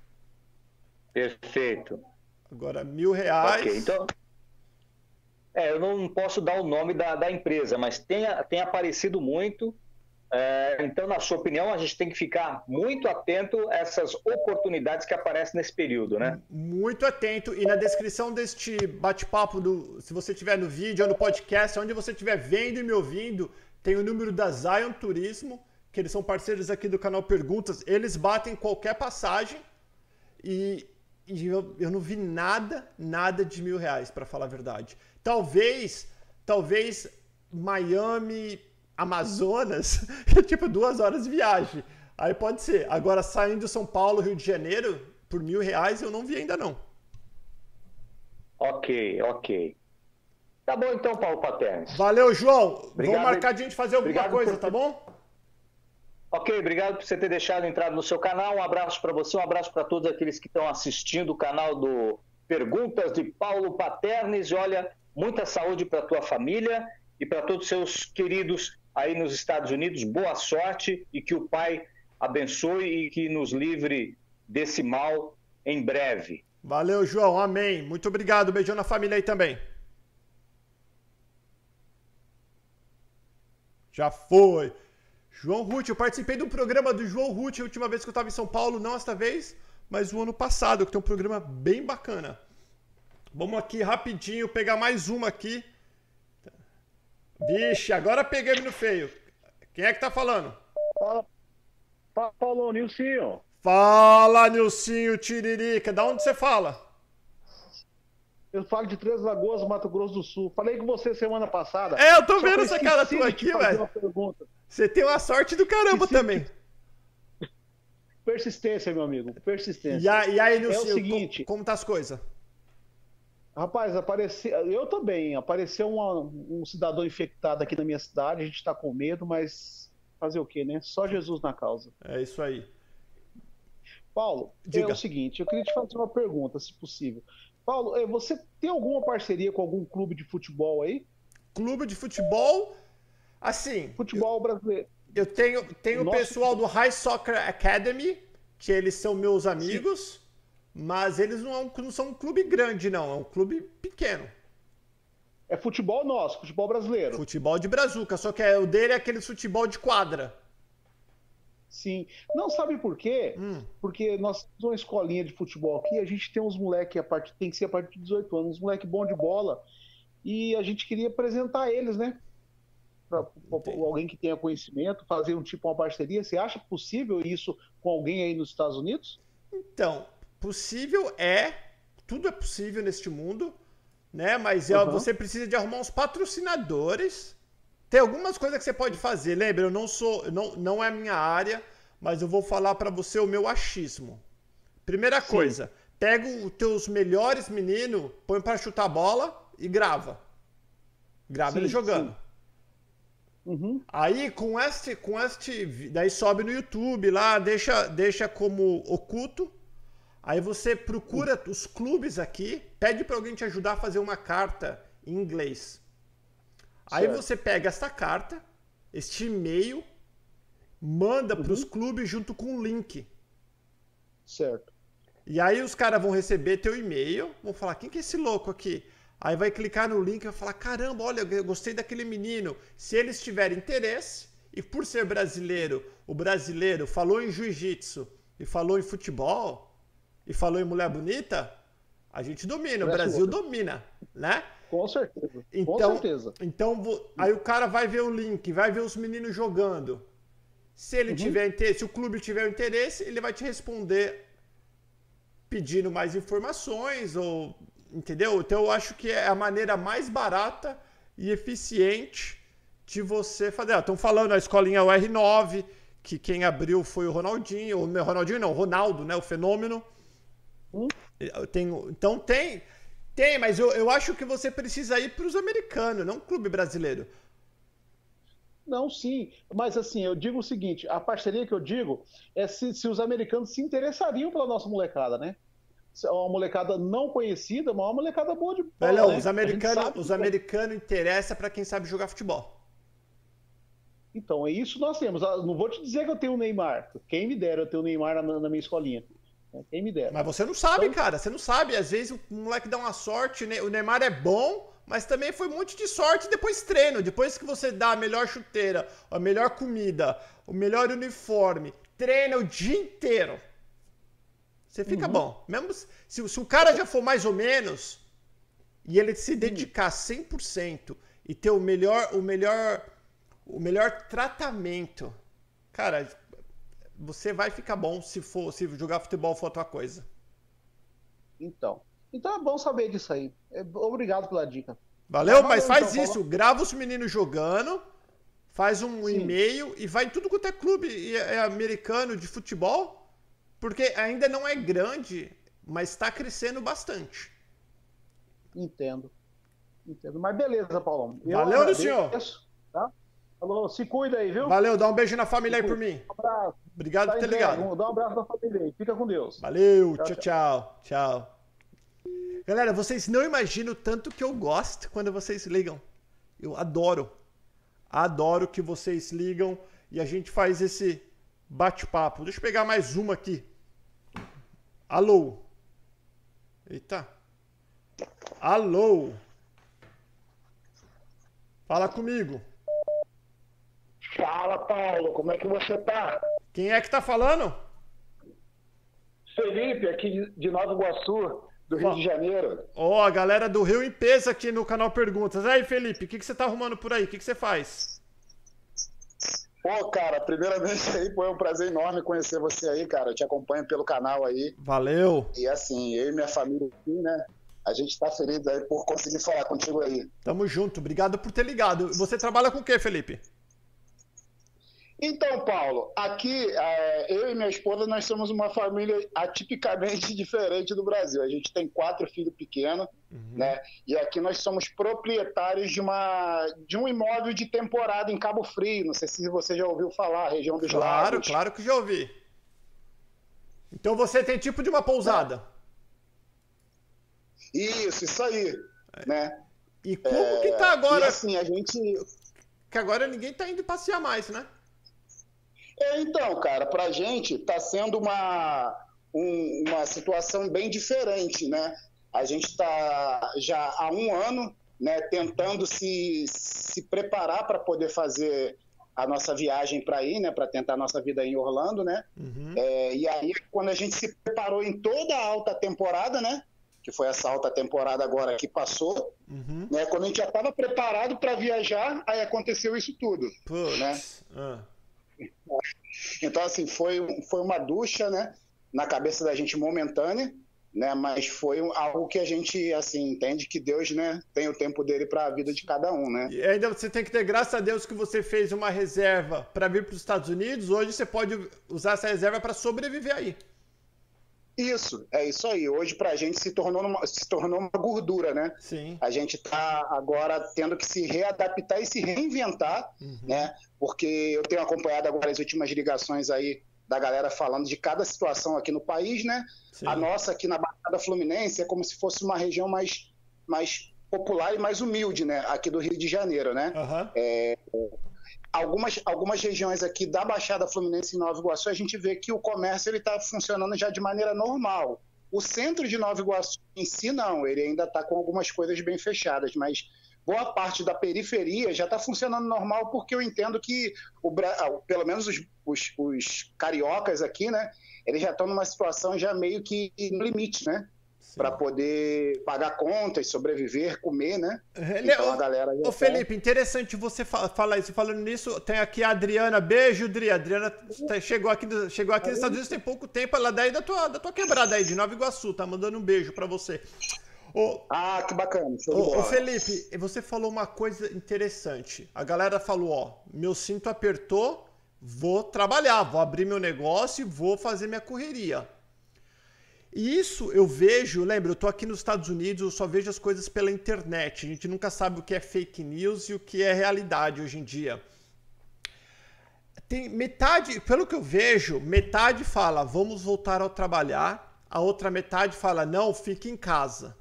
Perfeito. Agora, mil reais... Ok, então... É, eu não posso dar o nome da, da empresa, mas tem, tem aparecido muito. É, então, na sua opinião, a gente tem que ficar muito atento a essas oportunidades que aparecem nesse período, né? Muito atento. E na descrição deste bate-papo, do, se você estiver no vídeo ou no podcast, onde você estiver vendo e me ouvindo, tem o número da Zion Turismo, que eles são parceiros aqui do canal Perguntas. Eles batem qualquer passagem e, e eu, eu não vi nada, nada de mil reais, para falar a verdade. Talvez, talvez Miami... Amazonas, é tipo duas horas de viagem. Aí pode ser. Agora, saindo de São Paulo, Rio de Janeiro, por mil reais, eu não vi ainda não. Ok, ok. Tá bom então, Paulo Paternes. Valeu, João. Obrigado. Vamos marcar de a gente fazer alguma Obrigado coisa, por... tá bom? Ok, obrigado por você ter deixado entrar no seu canal. Um abraço para você, um abraço para todos aqueles que estão assistindo o canal do Perguntas de Paulo Paternes. E olha, muita saúde para a tua família e para todos os seus queridos aí nos Estados Unidos. Boa sorte e que o Pai abençoe e que nos livre desse mal em breve. Valeu, João. Amém. Muito obrigado. Beijão na família aí também. Já foi. João Ruth, eu participei do programa do João Ruth a última vez que eu estava em São Paulo, não esta vez, mas o ano passado, que tem um programa bem bacana. Vamos aqui rapidinho pegar mais uma aqui. Vixe, agora peguei no feio. Quem é que tá falando? Fala, fala Paulo, Nilcinho. Fala, Nilcinho Tiririca. Da onde você fala? Eu falo de Três Lagoas, Mato Grosso do Sul. Falei com você semana passada. É, eu tô Só vendo essa cara tua aqui, velho. Você tem uma sorte do caramba esqueci também. Que... Persistência, meu amigo. Persistência. E aí, e aí Nilcinho, é o seguinte, como, como tá as coisas? Rapaz, apareceu. Eu também. Apareceu uma, um cidadão infectado aqui na minha cidade. A gente tá com medo, mas fazer o quê, né? Só Jesus na causa. É isso aí. Paulo, Diga. é o seguinte, eu queria te fazer uma pergunta, se possível. Paulo, você tem alguma parceria com algum clube de futebol aí? Clube de futebol? Assim. Futebol eu, brasileiro. Eu tenho, tenho o pessoal do High Soccer Academy, que eles são meus amigos. Sim. Mas eles não, é um, não são um clube grande, não. É um clube pequeno. É futebol nosso, futebol brasileiro. Futebol de brazuca, só que é, o dele é aquele futebol de quadra. Sim. Não sabe por quê? Hum. Porque nós temos uma escolinha de futebol aqui, a gente tem uns moleques, a partir, tem que ser a partir de dezoito anos, uns moleques bons de bola. E a gente queria apresentar eles, né? Para alguém que tenha conhecimento, fazer um tipo uma parceria. Você acha possível isso com alguém aí nos Estados Unidos? Então... Possível é, tudo é possível neste mundo, né? Mas é, uhum. você precisa de arrumar uns patrocinadores. Tem algumas coisas que você pode fazer. Lembra, eu não sou, não, não é a minha área, mas eu vou falar para você o meu achismo. Primeira Sim. coisa, pega os teus melhores meninos, põe para chutar bola e grava. Grava sim, ele jogando. Uhum. Aí com este, com este, daí sobe no YouTube lá, deixa, deixa como oculto. Aí você procura os clubes aqui, pede para alguém te ajudar a fazer uma carta em inglês. Aí Certo. você pega essa carta, este e-mail, manda uhum. para os clubes junto com um link. Certo. E aí os caras vão receber teu e-mail, vão falar, quem que é esse louco aqui? Aí vai clicar no link e vai falar, caramba, olha, eu gostei daquele menino. Se eles tiverem interesse, e por ser brasileiro, o brasileiro falou em jiu-jitsu, e falou em futebol, e falou em mulher bonita, a gente domina, o Brasil domina, né? Com certeza, então, com certeza. Então, aí o cara vai ver o link, vai ver os meninos jogando. Se ele uhum. tiver interesse, se o clube tiver interesse, ele vai te responder pedindo mais informações, ou, entendeu? Então eu acho que é a maneira mais barata e eficiente de você fazer. Estão ah, falando a escolinha U R nove, que quem abriu foi o Ronaldinho, o Ronaldinho não, o Ronaldo, né? O Fenômeno. Hum? Tenho, então tem, tem, mas eu, eu acho que você precisa ir para os americanos, não clube brasileiro. Não, sim, mas assim, eu digo o seguinte, a parceria que eu digo é se, se os americanos se interessariam pela nossa molecada, né? É uma molecada não conhecida, mas uma molecada boa de bola, Não, né? os americanos os americanos interessam para quem sabe jogar futebol. Então, é isso que nós temos. Não vou te dizer que eu tenho o Neymar. Quem me dera eu ter o Neymar na, na minha escolinha. Quem me dera. Mas você não sabe, então... cara. Você não sabe. Às vezes o moleque dá uma sorte. O Neymar é bom, mas também foi muito de sorte depois treino. Depois que você dá a melhor chuteira, a melhor comida, o melhor uniforme, treina o dia inteiro, você fica uhum. bom. Mesmo se, se o cara já for mais ou menos e ele se dedicar cem por cento e ter o melhor, o melhor, o melhor tratamento, cara, você vai ficar bom se for, se jogar futebol for a tua coisa. Então, então é bom saber disso aí. Obrigado pela dica. Valeu, Valeu mas faz então, isso. Paulo. Grava os meninos jogando, faz um Sim. e-mail e vai em tudo quanto é clube é americano de futebol, porque ainda não é grande, mas está crescendo bastante. Entendo. Entendo. Mas beleza, Paulão. Eu Valeu, agradeço, senhor. Tá? Falou, se cuida aí, viu? Valeu, dá um beijo na família aí por mim. Um abraço. Obrigado tá por ter bem, ligado. Dá um abraço na família aí. Fica com Deus. Valeu, tchau, tchau. Tchau. tchau. Galera, vocês não imaginam o tanto que eu gosto quando vocês ligam. Eu adoro. Adoro que vocês ligam e a gente faz esse bate-papo. Deixa eu pegar mais uma aqui. Alô? Eita. Alô? Fala comigo. Fala, Paulo. Como é que você tá? Quem é que tá falando? Felipe, aqui de Nova Iguaçu, do Rio de Janeiro. Ó, oh, a galera do Rio em peso aqui no canal Perguntas. Aí, Felipe, o que, que você tá arrumando por aí? O que, que você faz? Pô, cara, primeiramente aí, pô, é um prazer enorme conhecer você aí, cara. Eu te acompanho pelo canal aí. Valeu. E assim, eu e minha família aqui, né? A gente tá feliz aí por conseguir falar contigo aí. Tamo junto, obrigado por ter ligado. Você trabalha com o quê, Felipe? Então, Paulo, aqui é, eu e minha esposa, nós somos uma família atipicamente diferente do Brasil. A gente tem quatro filhos pequenos, uhum. né? E aqui nós somos proprietários de, uma, de um imóvel de temporada em Cabo Frio. Não sei se você já ouviu falar, região dos claro, Lagos. Claro que já ouvi. Então você tem tipo de uma pousada. Isso, isso aí, é. né? E como é, que tá agora? E assim, a gente... Que agora ninguém tá indo passear mais, né? É, então, cara, pra gente tá sendo uma, um, uma situação bem diferente, né? A gente tá já há um ano, né, tentando se, se preparar para poder fazer a nossa viagem para ir, né, para tentar a nossa vida em Orlando, né? Uhum. É, e aí, quando a gente se preparou em toda a alta temporada, né? Que foi essa alta temporada agora que passou, uhum. né? Quando a gente já estava preparado para viajar, aí aconteceu isso tudo, Puts. né? Uh. Então, assim, foi, foi uma ducha, né, na cabeça da gente momentânea, né, mas foi algo que a gente, assim, entende que Deus, né, tem o tempo dele para a vida de cada um, né. E ainda você tem que ter graças a Deus que você fez uma reserva para vir para os Estados Unidos, hoje você pode usar essa reserva para sobreviver aí. Isso, é isso aí. Hoje pra gente se tornou uma, se tornou uma gordura, né? Sim. A gente tá agora tendo que se readaptar e se reinventar, uhum. né? Porque eu tenho acompanhado agora as últimas ligações aí da galera falando de cada situação aqui no país, né? Sim. A nossa aqui na Baixada Fluminense é como se fosse uma região mais, mais popular e mais humilde, né? Aqui do Rio de Janeiro, né? Uhum. É, algumas, algumas regiões aqui da Baixada Fluminense em Nova Iguaçu, a gente vê que o comércio está funcionando já de maneira normal. O centro de Nova Iguaçu em si, não, ele ainda está com algumas coisas bem fechadas, mas boa parte da periferia já está funcionando normal, porque eu entendo que, o, pelo menos os, os, os cariocas aqui, né, eles já estão numa situação já meio que no limite, né? Para poder pagar contas, sobreviver, comer, né? Ele, então, a galera já Ô, tá... Felipe, interessante você falar isso. Falando nisso, tem aqui a Adriana. Beijo, Dri. A Adriana chegou aqui, chegou aqui nos Estados Unidos tem pouco tempo. Ela é daí da tua, da tua quebrada aí, de Nova Iguaçu. Tá mandando um beijo para você. Ô, ah, que bacana. Ô, ô, Felipe, você falou uma coisa interessante. A galera falou, ó, meu cinto apertou, vou trabalhar, vou abrir meu negócio e vou fazer minha correria. E isso eu vejo, lembra, eu tô aqui nos Estados Unidos, eu só vejo as coisas pela internet. A gente nunca sabe o que é fake news e o que é realidade hoje em dia. Tem metade, pelo que eu vejo, metade fala, vamos voltar ao trabalhar. A outra metade fala, não, fique em casa.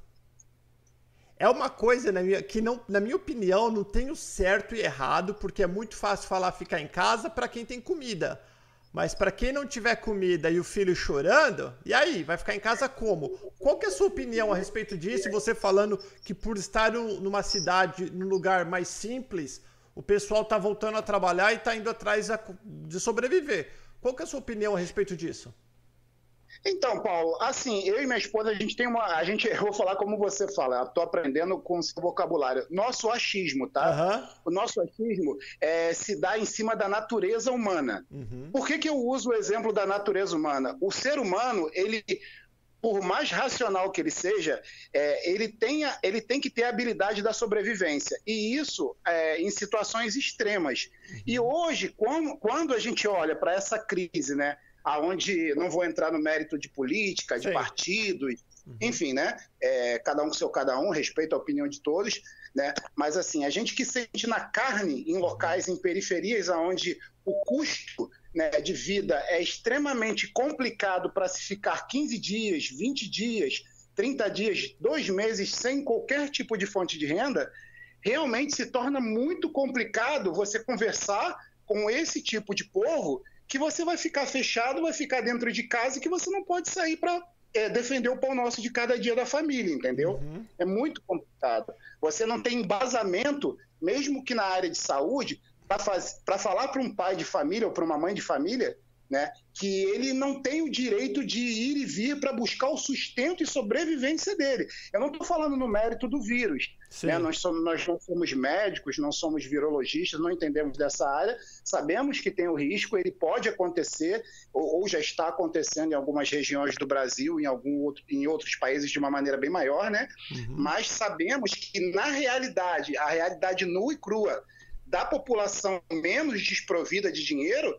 É uma coisa na minha, que, não, na minha opinião, não tem o certo e errado, porque é muito fácil falar ficar em casa para quem tem comida. Mas para quem não tiver comida e o filho chorando, e aí? Vai ficar em casa como? Qual que é a sua opinião a respeito disso? E você falando que por estar numa cidade, num lugar mais simples, o pessoal tá voltando a trabalhar e tá indo atrás de sobreviver. Qual que é a sua opinião a respeito disso? Então, Paulo, assim, eu e minha esposa, a gente tem uma... A gente, eu vou falar como você fala, estou aprendendo com o seu vocabulário. Nosso achismo, tá? Uhum. O nosso achismo é, se dá em cima da natureza humana. Uhum. Por que que eu uso o exemplo da natureza humana? O ser humano, ele... por mais racional que ele seja, é, ele, tenha, ele tem que ter a habilidade da sobrevivência. E isso é, em situações extremas. Uhum. E hoje, quando, quando a gente olha para essa crise, né, onde não vou entrar no mérito de política, de Sim. partidos, uhum. enfim, né, é, cada um com seu cada um, respeito a opinião de todos, né, mas assim, a gente que sente na carne em locais, em periferias, onde o custo, né, de vida é extremamente complicado para se ficar quinze dias, vinte dias, trinta dias, dois meses sem qualquer tipo de fonte de renda, realmente se torna muito complicado você conversar com esse tipo de povo que você vai ficar fechado, vai ficar dentro de casa e que você não pode sair para é, defender o pão nosso de cada dia da família, entendeu? Uhum. É muito complicado. Você não tem embasamento, mesmo que na área de saúde, para falar para um pai de família ou para uma mãe de família, né, que ele não tem o direito de ir e vir para buscar o sustento e sobrevivência dele. Eu não estou falando no mérito do vírus. Né? Nós, somos, nós não somos médicos, não somos virologistas, não entendemos dessa área, sabemos que tem o risco, ele pode acontecer, ou, ou já está acontecendo em algumas regiões do Brasil, em, algum outro, em outros países de uma maneira bem maior, né? Uhum. Mas sabemos que na realidade, a realidade nua e crua da população menos desprovida de dinheiro,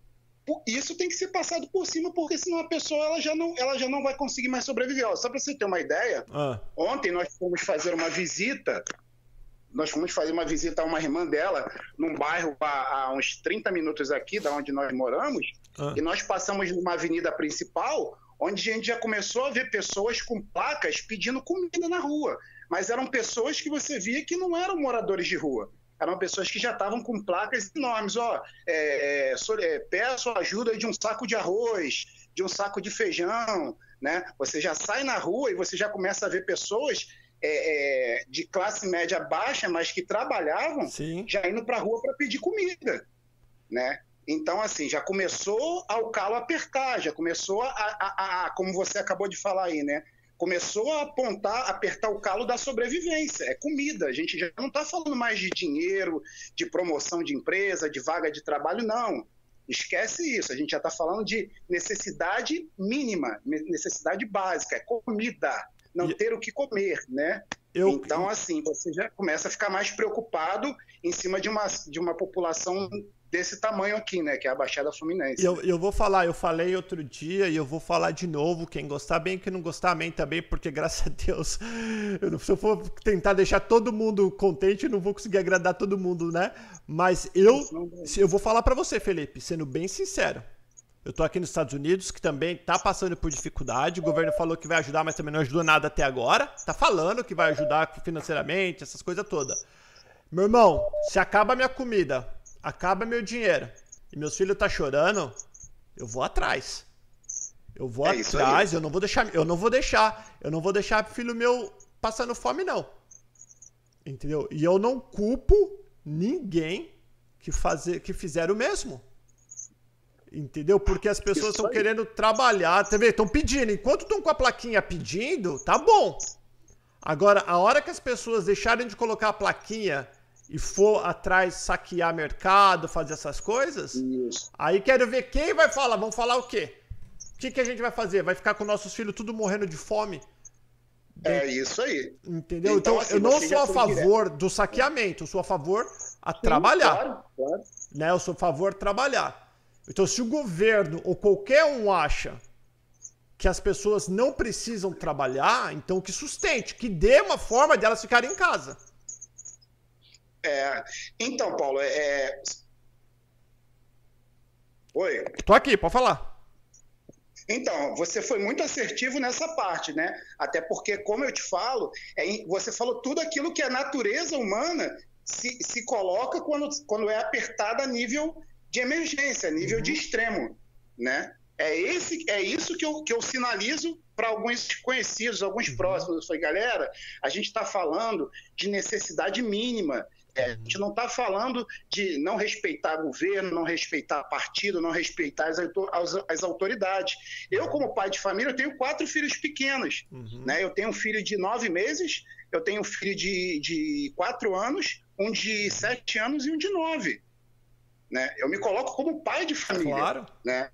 isso tem que ser passado por cima, porque senão a pessoa ela já não, ela já não vai conseguir mais sobreviver. Ó, só para você ter uma ideia, ah. ontem nós fomos fazer uma visita, nós fomos fazer uma visita a uma irmã dela, num bairro a, a uns trinta minutos aqui, da onde nós moramos, ah. e nós passamos numa avenida principal, onde a gente já começou a ver pessoas com placas pedindo comida na rua. Mas eram pessoas que você via que não eram moradores de rua. Eram pessoas que já estavam com placas enormes. Ó, é, é, peço ajuda de um saco de arroz, de um saco de feijão, né? Você já sai na rua e você já começa a ver pessoas é, é, de classe média baixa, mas que trabalhavam, Sim. já indo para a rua para pedir comida, né? Então, assim, já começou ao calo apertar, já começou a, a, a, como você acabou de falar aí, né? Começou a apontar, apertar o calo da sobrevivência, é comida. A gente já não está falando mais de dinheiro, de promoção de empresa, de vaga de trabalho, não. Esquece isso, a gente já está falando de necessidade mínima, necessidade básica, é comida, não ter o que comer, né? Eu... Então, assim, você já começa a ficar mais preocupado em cima de uma, de uma população desse tamanho aqui, né, que é a Baixada Fluminense. Eu, eu vou falar, eu falei outro dia e eu vou falar de novo, quem gostar bem, quem não gostar bem também, porque graças a Deus, eu, se eu for tentar deixar todo mundo contente, eu não vou conseguir agradar todo mundo, né? Mas eu, eu vou falar pra você, Felipe, sendo bem sincero, eu tô aqui nos Estados Unidos, que também tá passando por dificuldade, o governo falou que vai ajudar, mas também não ajudou nada até agora, tá falando que vai ajudar financeiramente, essas coisas todas. Meu irmão, se acaba a minha comida, acaba meu dinheiro e meus filhos tá chorando, eu vou atrás. Eu vou É isso atrás, aí. eu não vou deixar, eu não vou deixar, eu não vou deixar filho meu passando fome não. Entendeu? E eu não culpo ninguém que fazer que fizeram o mesmo. Entendeu? Porque as pessoas Isso estão aí. querendo trabalhar, tá vendo? Estão pedindo, enquanto estão com a plaquinha pedindo, tá bom. Agora, a hora que as pessoas deixarem de colocar a plaquinha e for atrás saquear mercado, fazer essas coisas, Isso. aí quero ver quem vai falar. Vão falar o quê? O que, que a gente vai fazer? Vai ficar com nossos filhos tudo morrendo de fome? É isso aí. Entendeu? Então, Então, assim, eu não você sou já a foi favor do saqueamento, eu sou a favor a trabalhar. Claro, claro. Né? Eu sou a favor de trabalhar. Então, se o governo ou qualquer um acha que as pessoas não precisam trabalhar, então que sustente, que dê uma forma de elas ficarem em casa. É, então, Paulo, é... Oi. Tô aqui, pode falar. Então, você foi muito assertivo nessa parte, né? Até porque, como eu te falo, é, você falou tudo aquilo que a natureza humana se, se coloca quando, quando é apertada a nível de emergência, a nível Uhum. de extremo, né? É, esse, é isso que eu, que eu sinalizo para alguns conhecidos, alguns Uhum. próximos. Eu falei, galera, a gente está falando de necessidade mínima. É, a gente não está falando de não respeitar governo, não respeitar partido, não respeitar as, auto- as, as autoridades. Eu, como pai de família, eu tenho quatro filhos pequenos. Uhum. Né? Eu tenho um filho de nove meses, eu tenho um filho de, de quatro anos, um de sete anos e um de nove. Né? Eu me coloco como pai de família. Claro. Né?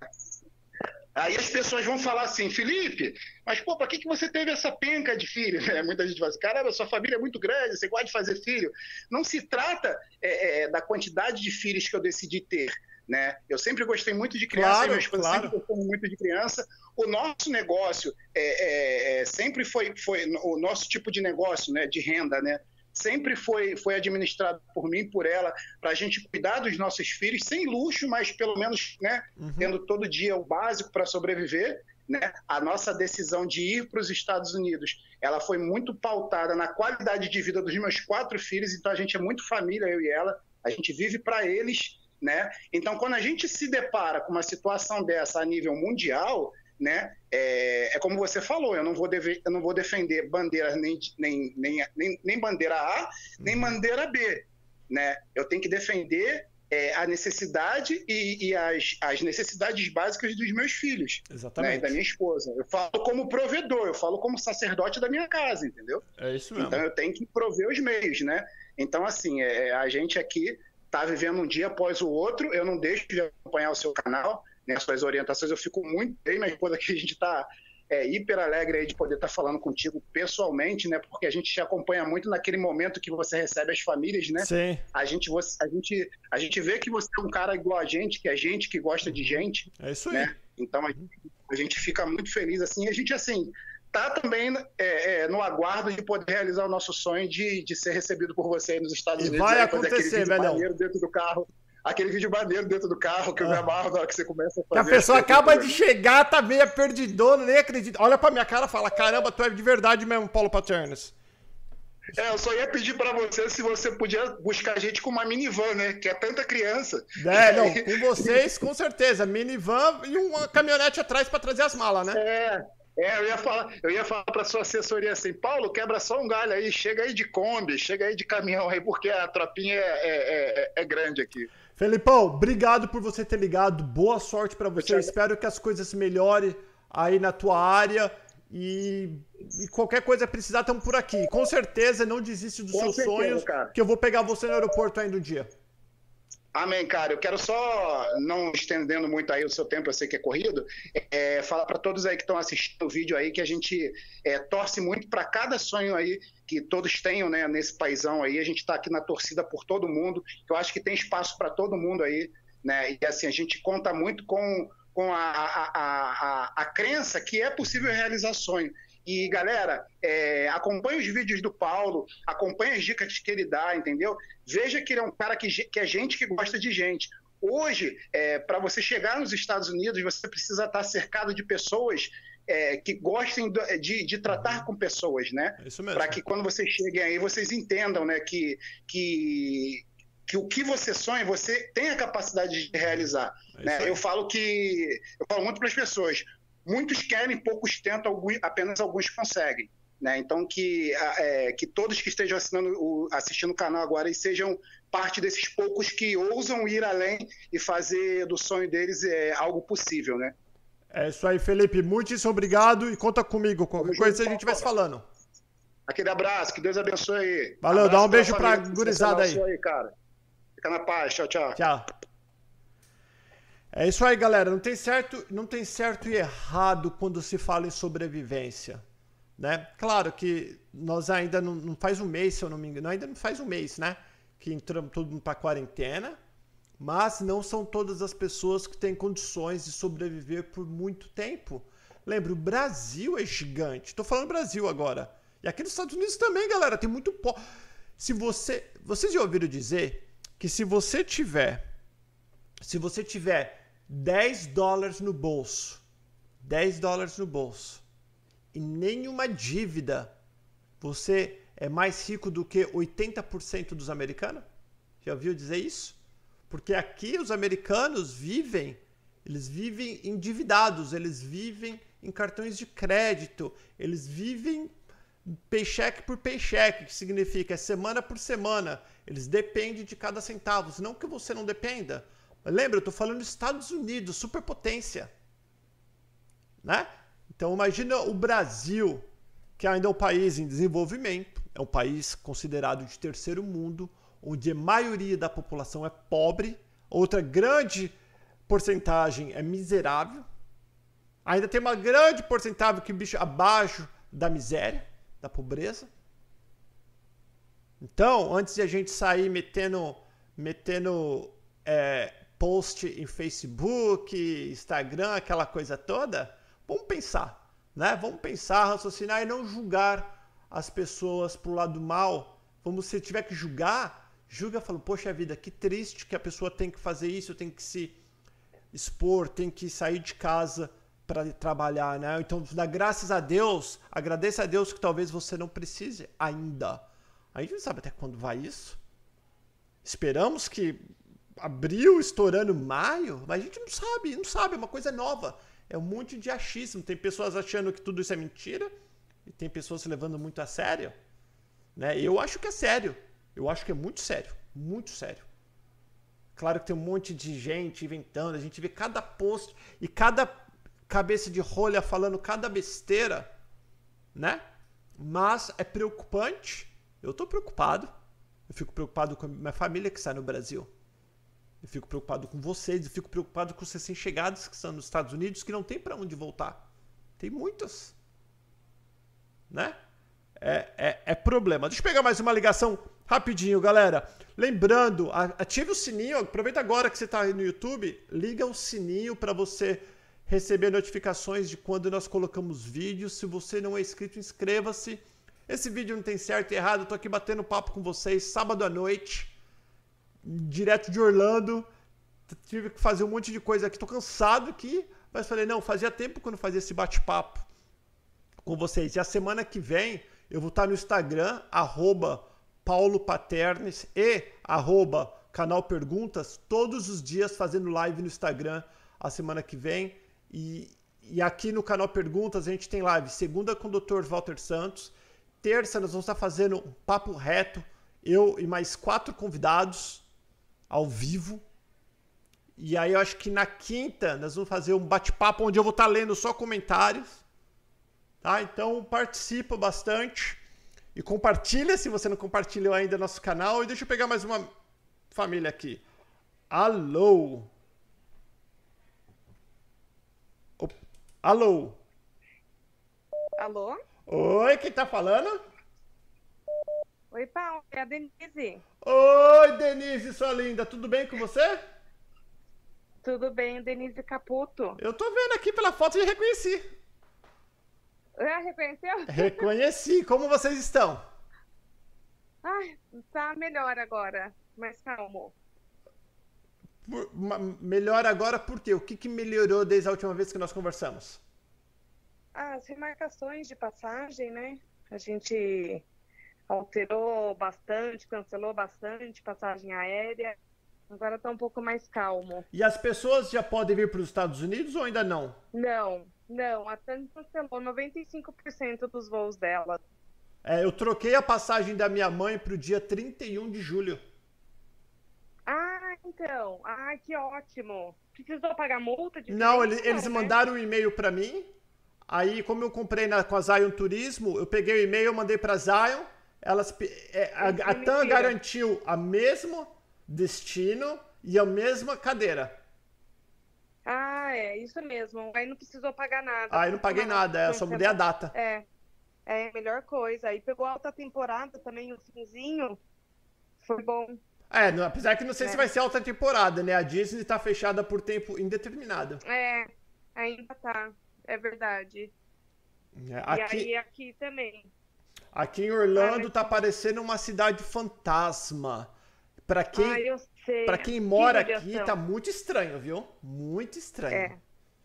Aí as pessoas vão falar assim, Felipe, mas pô, para que, que você teve essa penca de filho? É, muita gente fala assim, caramba, sua família é muito grande, você gosta de fazer filho. Não se trata é, é, da quantidade de filhos que eu decidi ter. Né? Eu sempre gostei muito de criança, Claro, e minha esposa claro. sempre gostou muito de criança. O nosso negócio é, é, é, sempre foi, foi o nosso tipo de negócio, né, de renda, né? Sempre foi, foi administrado por mim, por ela, para a gente cuidar dos nossos filhos, sem luxo, mas pelo menos, né, Uhum. tendo todo dia o básico para sobreviver. Né? A nossa decisão de ir para os Estados Unidos, ela foi muito pautada na qualidade de vida dos meus quatro filhos, então a gente é muito família, eu e ela, a gente vive para eles. Né? Então, quando a gente se depara com uma situação dessa a nível mundial, né, é, é como você falou, eu não vou, deve, eu não vou defender bandeira nem, nem, nem, nem, nem bandeira A, nem bandeira B. Né? Eu tenho que defender é, a necessidade e, e as, as necessidades básicas dos meus filhos. Exatamente. Né, e da minha esposa. Eu falo como provedor, eu falo como sacerdote da minha casa, entendeu? É isso mesmo. Então eu tenho que prover os meios, né? Então, assim, é, a gente aqui está vivendo um dia após o outro, eu não deixo de acompanhar o seu canal, né, suas orientações, eu fico muito bem, mas depois aqui a gente está é, hiper alegre aí de poder estar tá falando contigo pessoalmente, né, porque a gente te acompanha muito naquele momento que você recebe as famílias, né? Sim. A gente, você, a gente, a gente vê que você é um cara igual a gente, que é gente que gosta de gente. É isso aí. Né? Então a gente, a gente fica muito feliz, assim, a gente, assim, tá também é, é, no aguardo de poder realizar o nosso sonho de, de ser recebido por você aí nos Estados E Unidos. vai aí, fazer acontecer, aquele vídeo velhão. maneiro dentro do carro. Aquele vídeo maneiro dentro do carro que eu me Ah. amarro na hora que você começa a Que a fazer. pessoa as acaba coisas, de né? chegar, tá meio perdidona, nem acredita. Olha pra minha cara e fala, caramba, tu é de verdade mesmo, Paulo Paternos. É, eu só ia pedir pra você se você podia buscar a gente com uma minivan, né? Que é tanta criança. É, não, com vocês, com certeza. Minivan e uma caminhonete atrás pra trazer as malas, né? É, é, eu ia falar, eu ia falar pra sua assessoria assim, Paulo, quebra só um galho aí, chega aí de Kombi, chega aí de caminhão aí, porque a tropinha é, é, é, é grande aqui. Felipão, obrigado por você ter ligado. Boa sorte pra você. Eu Eu te espero que as coisas melhorem aí na tua área. E, e qualquer coisa que precisar, estamos por aqui. Com certeza, não desiste dos Com seus certeza, sonhos, cara. que eu vou pegar você no aeroporto ainda um dia. Amém, cara. Eu quero só, não estendendo muito aí o seu tempo, eu sei que é corrido, é, falar para todos aí que estão assistindo o vídeo aí que a gente é, torce muito para cada sonho aí que todos tenham, né, nesse paizão aí. A gente está aqui na torcida por todo mundo, que eu acho que tem espaço para todo mundo aí, né? E assim, a gente conta muito com, com a, a, a, a, a crença que é possível realizar sonho. E, galera, é, acompanhe os vídeos do Paulo, acompanhe as dicas que ele dá, entendeu? Veja que ele é um cara que, que é gente que gosta de gente. Hoje, é, para você chegar nos Estados Unidos, você precisa estar cercado de pessoas é, que gostem do, de, de tratar com pessoas, né? É isso mesmo. Para que quando vocês cheguem aí, vocês entendam, né, que, que que o que você sonha, você tem a capacidade de realizar. É né? isso aí. Eu falo que eu falo muito para as pessoas, muitos querem, poucos tentam, alguns, apenas alguns conseguem. Né? Então que, é, que todos que estejam assinando o, assistindo o canal agora e sejam parte desses poucos que ousam ir além e fazer do sonho deles é, algo possível, né? É isso aí, Felipe. Muitíssimo obrigado e conta comigo. Qualquer Tamo coisa junto, a gente vai se falando. Aquele abraço, que Deus abençoe aí. Valeu, Abraço dá um beijo família, pra gurizada aí. aí cara. Fica na paz, tchau, tchau. Tchau. É isso aí, galera. Não tem certo, não tem certo e errado quando se fala em sobrevivência. Né? Claro que nós ainda não, não faz um mês, se eu não me engano, ainda não faz um mês, né? Que entramos todo mundo para quarentena, mas não são todas as pessoas que têm condições de sobreviver por muito tempo. Lembra, o Brasil é gigante. Estou falando Brasil agora. E aqui nos Estados Unidos também, galera, tem muito pó. Se você, vocês já ouviram dizer que se você tiver, se você tiver dez dólares no bolso, dez dólares no bolso, e nenhuma dívida, você é mais rico do que oitenta por cento dos americanos? Já ouviu dizer isso? Porque aqui os americanos vivem, eles vivem endividados, eles vivem em cartões de crédito, eles vivem paycheck por paycheck, que significa semana por semana. Eles dependem de cada centavo, não que você não dependa. Mas lembra, eu estou falando dos Estados Unidos, superpotência. Né? Então imagina o Brasil, que ainda é um país em desenvolvimento, é um país considerado de terceiro mundo, onde a maioria da população é pobre, outra grande porcentagem é miserável, ainda tem uma grande porcentagem que bicho abaixo da miséria, da pobreza. Então, antes de a gente sair metendo, metendo é, post em Facebook, Instagram, aquela coisa toda, vamos pensar, né? Vamos pensar, raciocinar e não julgar as pessoas pro lado mal. Vamos, se tiver que julgar, julga falando, poxa vida, que triste que a pessoa tem que fazer isso, tem que se expor, tem que sair de casa para trabalhar, né? Então, dá graças a Deus, agradeça a Deus que talvez você não precise ainda. A gente não sabe até quando vai isso. Esperamos que abril, estourando maio, mas a gente não sabe, não sabe, é uma coisa nova. É um monte de achismo. Tem pessoas achando que tudo isso é mentira e tem pessoas se levando muito a sério. Né? Eu acho que é sério. Eu acho que é muito sério. Muito sério. Claro que tem um monte de gente inventando. A gente vê cada post e cada cabeça de rolha falando cada besteira. Né? Mas é preocupante. Eu tô preocupado. Eu fico preocupado com a minha família que está no Brasil. Eu fico preocupado com vocês, eu fico preocupado com os recém-chegados que estão nos Estados Unidos, que não tem para onde voltar. Tem muitos. Né? É, é, é problema. Deixa eu pegar mais uma ligação rapidinho, galera. Lembrando, ative o sininho, aproveita agora que você está aí no YouTube, liga o sininho para você receber notificações de quando nós colocamos vídeos. Se você não é inscrito, inscreva-se. Esse vídeo não tem certo e errado, eu tô aqui batendo papo com vocês sábado à noite. Direto de Orlando, tive que fazer um monte de coisa aqui, tô cansado aqui, mas falei, não, fazia tempo quando fazia esse bate-papo com vocês. E a semana que vem eu vou estar no Instagram, arroba Paulo Paternes e arroba Canal Perguntas, todos os dias fazendo live no Instagram a semana que vem. E, e aqui no Canal Perguntas a gente tem live segunda com o doutor Walter Santos, terça nós vamos estar fazendo um papo reto, eu e mais quatro convidados, ao vivo. E aí eu acho que na quinta nós vamos fazer um bate-papo onde eu vou estar lendo só comentários. Tá? Então participa bastante. E compartilha se você não compartilhou ainda nosso canal. E deixa eu pegar mais uma família aqui. Alô? Oh, alô? Alô? Oi, quem tá falando? Oi, Paulo, é a Denise. Oi, Denise, sua linda, tudo bem com você? Tudo bem, Denise Caputo. Eu tô vendo aqui pela foto e reconheci. Ah, reconheceu? Reconheci, como vocês estão? Ai, tá melhor agora, mais calmo. Por, ma, melhor agora por quê? O que, que melhorou desde a última vez que nós conversamos? Ah, as remarcações de passagem, né? A gente alterou bastante, cancelou bastante passagem aérea. Agora está um pouco mais calmo. E as pessoas já podem vir para os Estados Unidos ou ainda não? Não, não. A TAM cancelou noventa e cinco por cento dos voos dela. É, eu troquei a passagem da minha mãe para o dia trinta e um de julho. Ah, então. Ah, que ótimo. Precisou pagar multa de Não, viagem? eles, eles Não, né? mandaram um e-mail para mim. Aí, como eu comprei na, com a Zion Turismo, eu peguei o e-mail, mandei para a Zion. Elas, é, a, a TAM Mentira. garantiu a mesmo destino e a mesma cadeira. Ah, é, isso mesmo. Aí não precisou pagar nada. Aí não paguei nada, eu só mudei a data. É, é a melhor coisa. Aí pegou alta temporada também, o finzinho. Foi bom. É, não- apesar que não sei É. se vai ser alta temporada, né? A Disney tá fechada por tempo indeterminado. É, ainda tá. É verdade. É, E Aqui, aí aqui também. aqui em Orlando Ah, tá parecendo uma cidade fantasma. Pra quem, Ah, eu sei. pra quem Que mora aqui, judiação. tá muito estranho, viu? Muito estranho. É.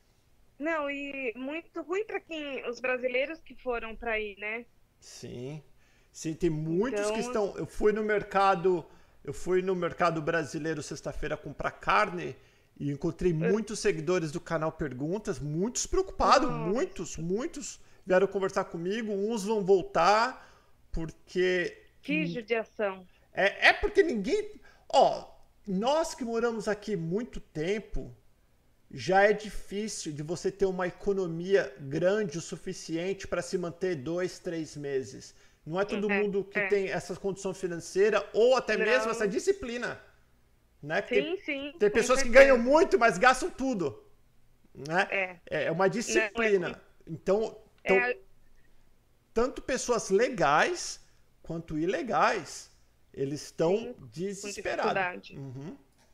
Não, e muito ruim pra quem, os brasileiros que foram pra ir, né? Sim. Sim, tem muitos Então- que estão. Eu fui no mercado. Eu fui no mercado brasileiro sexta-feira comprar carne e encontrei muitos seguidores do canal Perguntas, muitos preocupados, Nossa. muitos, muitos vieram conversar comigo. Uns vão voltar porque Que judiação. é, é porque ninguém. Ó, nós que moramos aqui muito tempo, já é difícil de você ter uma economia grande o suficiente para se manter dois, três meses. Não é todo É, mundo que é. tem essa condição financeira ou até Não. mesmo essa disciplina. Né? Que Sim, tem, sim. tem com pessoas que certeza. ganham muito, mas gastam tudo. Né? É. É uma disciplina. Então, então É, tanto pessoas legais quanto ilegais, eles estão Sim, com desesperados. dificuldade. Uhum.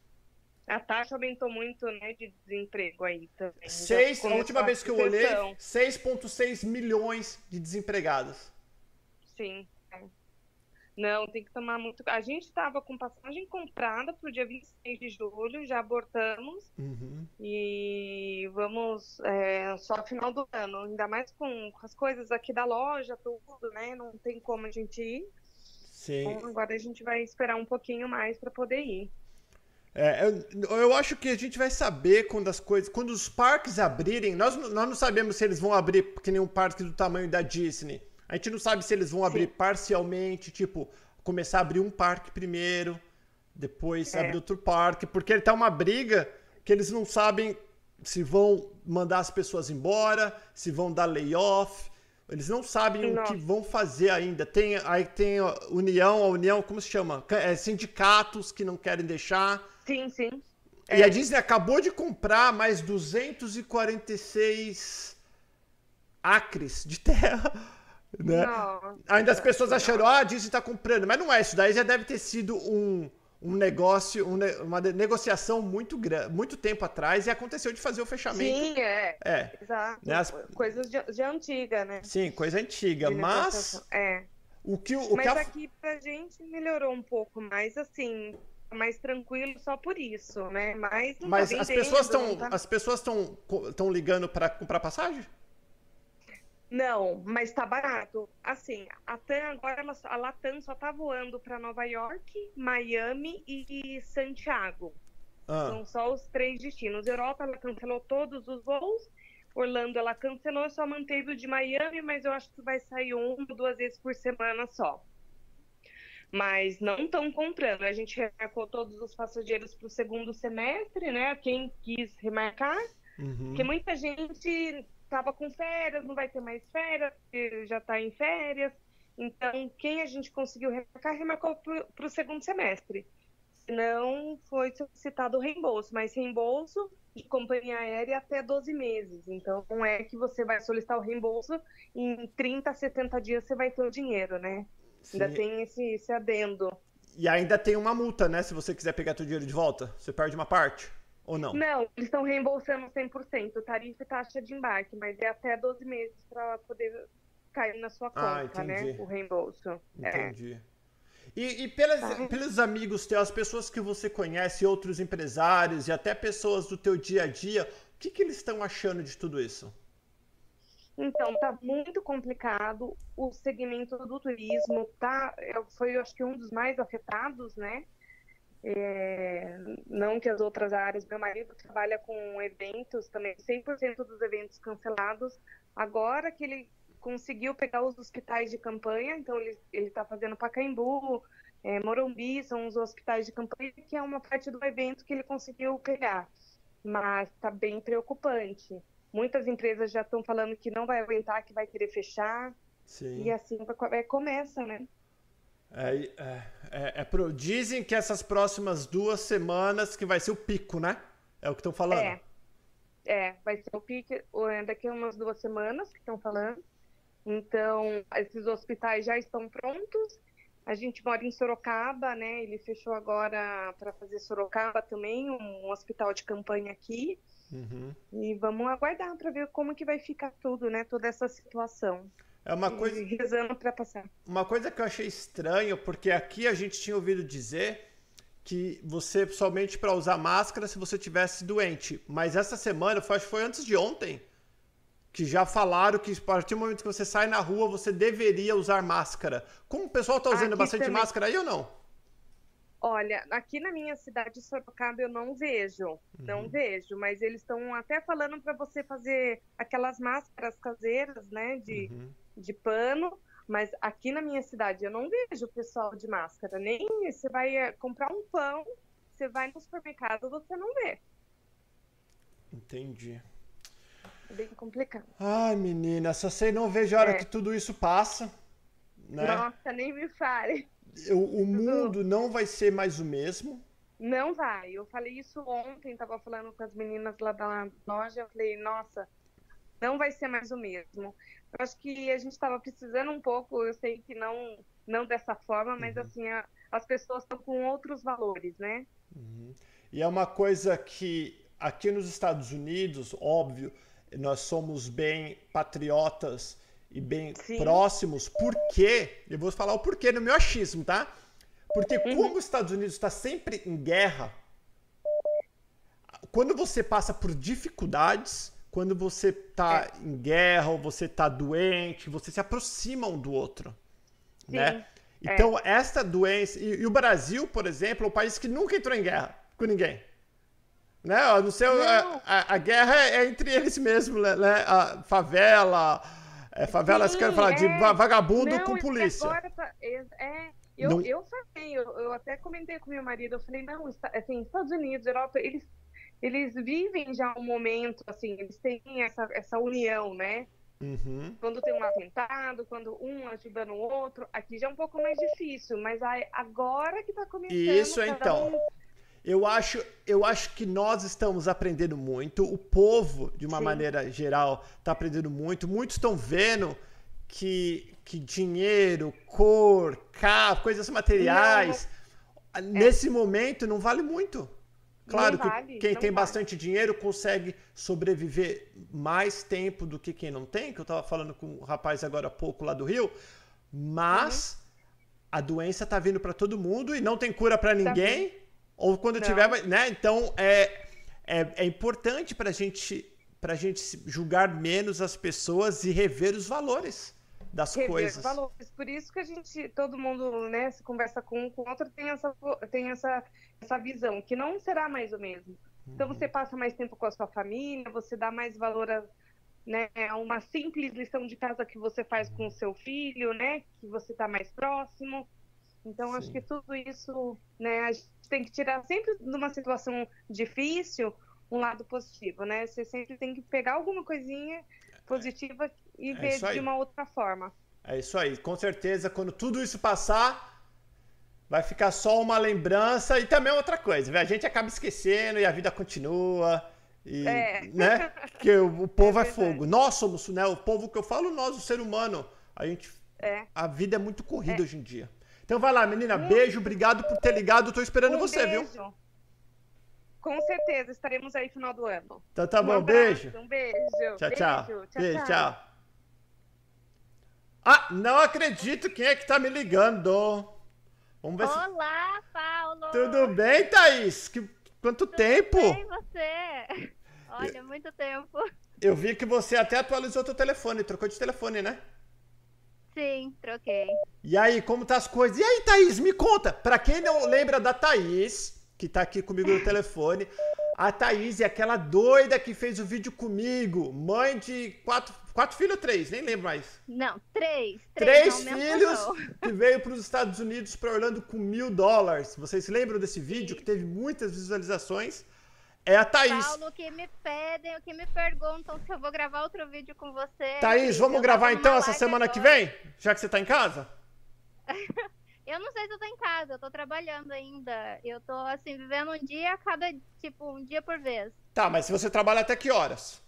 A taxa aumentou muito, né, de desemprego aí também. Já Seis, a começou última vez que eu recessão. olhei, seis vírgula seis milhões de desempregados. Sim. é. Não, tem que tomar muito. A gente estava com passagem comprada para o dia vinte e seis de julho, já abortamos Uhum. e vamos é, só no final do ano. Ainda mais com, com as coisas aqui da loja, tudo, né? Não tem como a gente ir. Sim. Então, agora a gente vai esperar um pouquinho mais para poder ir. É, eu, eu acho que a gente vai saber quando as coisas. Quando os parques abrirem, nós, não- nós não sabemos se eles vão abrir que nem um parque do tamanho da Disney. A gente não sabe se eles vão abrir parcialmente, tipo, começar a abrir um parque primeiro, depois É. abrir outro parque, porque tá uma briga que eles não sabem se vão mandar as pessoas embora, se vão dar layoff. Eles não sabem Nossa. o que vão fazer ainda. Tem, aí tem a União, a União, como se chama? Ca- é, sindicatos que não querem deixar. Sim, sim. E a Disney acabou de comprar mais duzentos e quarenta e seis acres de terra. Né? Nossa. Ainda as pessoas acharam, ah, a Disney está comprando. Mas não é, isso daí já deve ter sido um, um negócio, um ne- uma de- negociação muito, gra- muito tempo atrás e aconteceu de fazer o fechamento. Sim, é. É. Exato. Né, as- Coisas de, de antiga, né? Sim, coisa antiga. De Mas negociação. É. o que, o que Mas a- aqui pra gente melhorou um pouco mais, assim, mais tranquilo só por isso, né? Mas, não Mas tá as vendendo, pessoas estão não tá- as pessoas estão estão ligando para comprar passagem? Não, mas tá barato. Assim, a TAM agora, ela, a Latam só tá voando pra Nova York, Miami e Santiago. Ah, São só os três destinos. Europa, ela cancelou todos os voos. Orlando, ela cancelou, só manteve o de Miami, mas eu acho que vai sair uma ou duas vezes por semana só. Mas não estão comprando. A gente remarcou todos os passageiros para o segundo semestre, né? Quem quis remarcar, uhum. porque muita gente estava com férias, não vai ter mais férias, porque já está em férias. Então, quem a gente conseguiu remarcar, remarcou para o segundo semestre. Senão, foi solicitado o reembolso. Mas reembolso de companhia aérea até doze meses. Então, não é que você vai solicitar o reembolso e em trinta, setenta dias você vai ter o dinheiro, né? Ainda Sim. tem esse, esse adendo. E ainda tem uma multa, né? Se você quiser pegar seu dinheiro de volta, você perde uma parte ou não? Não, eles estão reembolsando cem por cento, tarifa e taxa de embarque, mas é até doze meses para poder cair na sua Ah, conta, né? entendi. O reembolso. É. Entendi. E, e pelas, Tá. pelos amigos teus, as pessoas que você conhece, outros empresários e até pessoas do teu dia a dia, o que, que eles estão achando de tudo isso? Então, tá muito complicado. O segmento do turismo tá, foi, eu acho que, um dos mais afetados, né? É, não que as outras áreas. Meu marido trabalha com eventos também, cem por cento dos eventos cancelados. Agora que ele conseguiu pegar os hospitais de campanha, então ele ele está fazendo Pacaembu, é, Morumbi, são os hospitais de campanha, que é uma parte do evento que ele conseguiu pegar. Mas está bem preocupante. Muitas empresas já estão falando que não vai aguentar, que vai querer fechar. Sim. E assim vai, começa, né? É, é, é, é pro... Dizem que essas próximas duas semanas que vai ser o pico, né? É o que estão falando. É, é, vai ser o pico daqui a umas duas semanas que estão falando. Então, esses hospitais já estão prontos. A gente mora em Sorocaba, né? Ele fechou agora para fazer Sorocaba também, um hospital de campanha aqui. Uhum. E vamos aguardar para ver como que vai ficar tudo, né? Toda essa situação. É uma coisa. E rezando para passar. Uma coisa que eu achei estranho, porque aqui a gente tinha ouvido dizer que você somente para usar máscara se você tivesse doente. Mas essa semana, acho que foi antes de ontem, que já falaram que a partir do momento que você sai na rua, você deveria usar máscara. Como o pessoal está usando aqui bastante também... máscara aí ou não? Olha, aqui na minha cidade de Sorocaba eu não vejo, uhum. não vejo, mas eles estão até falando para você fazer aquelas máscaras caseiras, né, de, uhum. de pano, mas aqui na minha cidade eu não vejo o pessoal de máscara, nem você vai comprar um pão, você vai no supermercado, você não vê. Entendi. É bem complicado. Ai, menina, só sei não vejo a hora é. que tudo isso passa, né? Nossa, nem me fale. O, o mundo não vai ser mais o mesmo. Não vai. Eu falei isso ontem, tava falando com as meninas lá da loja, eu falei, nossa, não vai ser mais o mesmo. Eu acho que a gente estava precisando um pouco, eu sei que não, não dessa forma, mas uhum. assim, a, as pessoas estão com outros valores, né? Uhum. E é uma coisa que aqui nos Estados Unidos, óbvio, nós somos bem patriotas e bem Sim. próximos, porque, eu vou falar o porquê no meu achismo, tá? Porque uhum. como os Estados Unidos está sempre em guerra, quando você passa por dificuldades, quando você está é. em guerra ou você está doente, você se aproxima um do outro, Sim. né? Então, é. esta doença... E, e o Brasil, por exemplo, é um país que nunca entrou em guerra com ninguém. Né? Não sei, não. A, a, a guerra é entre eles mesmos, né? A favela... É, favela, você quer falar é, de vagabundo não, com polícia. Agora tá, é, eu, não... eu falei, eu, eu até comentei com meu marido, eu falei, não, assim, Estados Unidos, Europa, eles, eles vivem já um momento, assim, eles têm essa, essa união, né? Uhum. Quando tem um atentado, quando um ajuda no outro, aqui já é um pouco mais difícil, mas agora que tá começando... Isso, então... Um... Eu acho, eu acho que nós estamos aprendendo muito, o povo, de uma Sim. maneira geral, está aprendendo muito. Muitos estão vendo que, que dinheiro, cor, carro, coisas materiais, não, nesse é. momento não vale muito. Claro que vale, quem tem vale. bastante dinheiro consegue sobreviver mais tempo do que quem não tem, que eu estava falando com um rapaz agora há pouco lá do Rio, mas uhum. a doença está vindo para todo mundo e não tem cura para ninguém. Tá Ou quando não. tiver, né? Então, é, é, é importante para gente, a gente julgar menos as pessoas e rever os valores das rever coisas. Os valores. Por isso que a gente, todo mundo, né, se conversa com um com o outro, tem essa, tem essa, essa visão, que não será mais o mesmo. Uhum. Então, você passa mais tempo com a sua família, você dá mais valor a, né, a uma simples lição de casa que você faz com o seu filho, né? Que você está mais próximo. Então, Sim. acho que tudo isso, né, a gente tem que tirar sempre de uma situação difícil um lado positivo, né? Você sempre tem que pegar alguma coisinha positiva e é ver de uma outra forma. É isso aí. Com certeza, quando tudo isso passar, vai ficar só uma lembrança e também outra coisa. A gente acaba esquecendo e a vida continua. E, é. né? Porque o, o povo é, é fogo. Nós somos, né? O povo que eu falo, nós, o ser humano. A gente, é. a vida é muito corrida é. hoje em dia. Então vai lá, menina. Um beijo, obrigado por ter ligado. Tô esperando um você, beijo. viu? Com certeza, estaremos aí no final do ano. Então tá bom, um beijo. Um beijo. Tchau, beijo. tchau. Tchau, beijo, tchau. tchau. Ah, não acredito quem é que tá me ligando. Vamos ver Olá, se... Paulo. Tudo bem, Thaís? Que... Quanto Tudo tempo? Tudo bem, você? Olha, muito tempo. Eu vi que você até atualizou teu telefone, trocou de telefone, né? Sim, troquei. E aí, como tá as coisas? E aí, Thaís, me conta. Pra quem não lembra da Thaís, que tá aqui comigo no telefone, a Thaís é aquela doida que fez o vídeo comigo. Mãe de quatro, quatro filhos ou três? Nem lembro mais. Não, três. Três, três filhos que veio para os Estados Unidos, para Orlando, com mil dólares. Vocês se lembram desse vídeo que teve muitas visualizações? É a Thaís. Paulo, que me pedem, o que me perguntam se eu vou gravar outro vídeo com você. Thaís, vamos gravar então essa semana agora. que vem? Já que você tá em casa? Eu não sei se eu tô em casa, eu tô trabalhando ainda. Eu tô, assim, vivendo um dia a cada, tipo, um dia por vez. Tá, mas se você trabalha até que horas?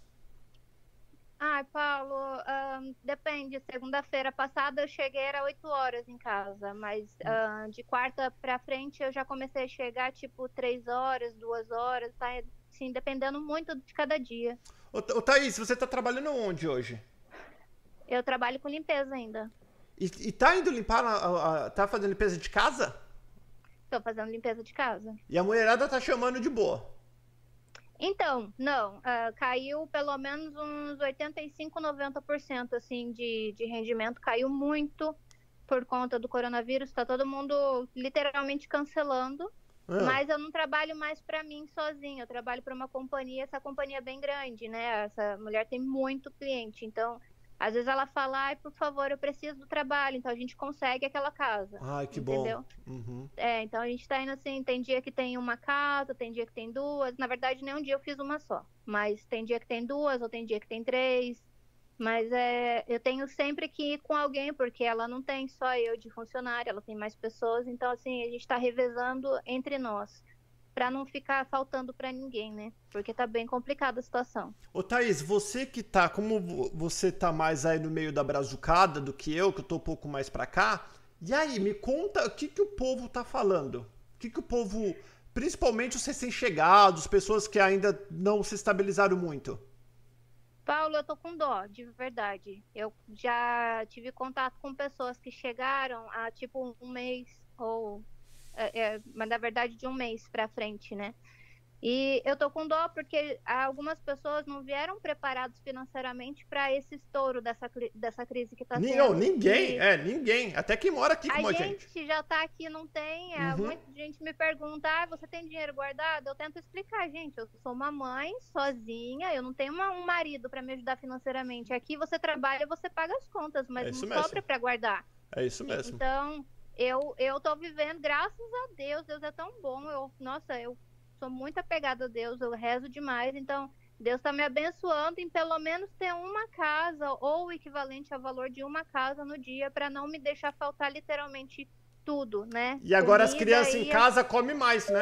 Ai, Paulo, um, depende. Segunda-feira passada eu cheguei, era oito horas em casa, mas uh, de quarta pra frente eu já comecei a chegar, tipo, três horas, duas horas, tá? Assim, dependendo muito de cada dia. Ô, ô Thaís, você tá trabalhando onde hoje? Eu trabalho com limpeza ainda. E, e tá indo limpar, a, a, tá fazendo limpeza de casa? Tô fazendo limpeza de casa. E a mulherada tá chamando de boa? Então, não, uh, caiu pelo menos uns oitenta e cinco, noventa por cento assim, de, de rendimento, caiu muito por conta do coronavírus, tá todo mundo literalmente cancelando, ah. mas eu não trabalho mais para mim sozinha, eu trabalho para uma companhia, essa companhia é bem grande, né, essa mulher tem muito cliente, então às vezes ela fala, ai, por favor, eu preciso do trabalho, então a gente consegue aquela casa. Ai, que entendeu? bom. Uhum. É, então a gente tá indo assim, tem dia que tem uma casa, tem dia que tem duas, na verdade nem um dia eu fiz uma só, mas tem dia que tem duas, ou tem dia que tem três, mas é, eu tenho sempre que ir com alguém, porque ela não tem só eu de funcionário, ela tem mais pessoas, então assim, a gente tá revezando entre nós. Pra não ficar faltando pra ninguém, né? Porque tá bem complicada a situação. Ô Thaís, você que tá, como você tá mais aí no meio da brazucada do que eu, que eu tô um pouco mais pra cá, e aí, me conta o que que o povo tá falando? O que que o povo, principalmente os recém-chegados, pessoas que ainda não se estabilizaram muito? Paulo, eu tô com dó, de verdade. Eu já tive contato com pessoas que chegaram há tipo um mês ou... É, é, mas na verdade de um mês para frente, né? E eu tô com dó porque algumas pessoas não vieram preparados financeiramente para esse estouro dessa, dessa crise que tá tendo. Não, ninguém, e é, ninguém. Até quem mora aqui como a gente. A gente já tá aqui, não tem. Uhum. Muita gente me pergunta, ah, você tem dinheiro guardado? Eu tento explicar, gente, eu sou uma mãe sozinha, eu não tenho uma, um marido para me ajudar financeiramente. Aqui você trabalha, você paga as contas, mas é não mesmo. sobra para guardar. É isso mesmo. Então... Eu, eu tô vivendo, graças a Deus, Deus é tão bom, eu, nossa, eu sou muito apegada a Deus, eu rezo demais, então Deus tá me abençoando em pelo menos ter uma casa ou o equivalente ao valor de uma casa no dia para não me deixar faltar literalmente tudo, né? E agora Comida, as crianças em e... casa comem mais, né?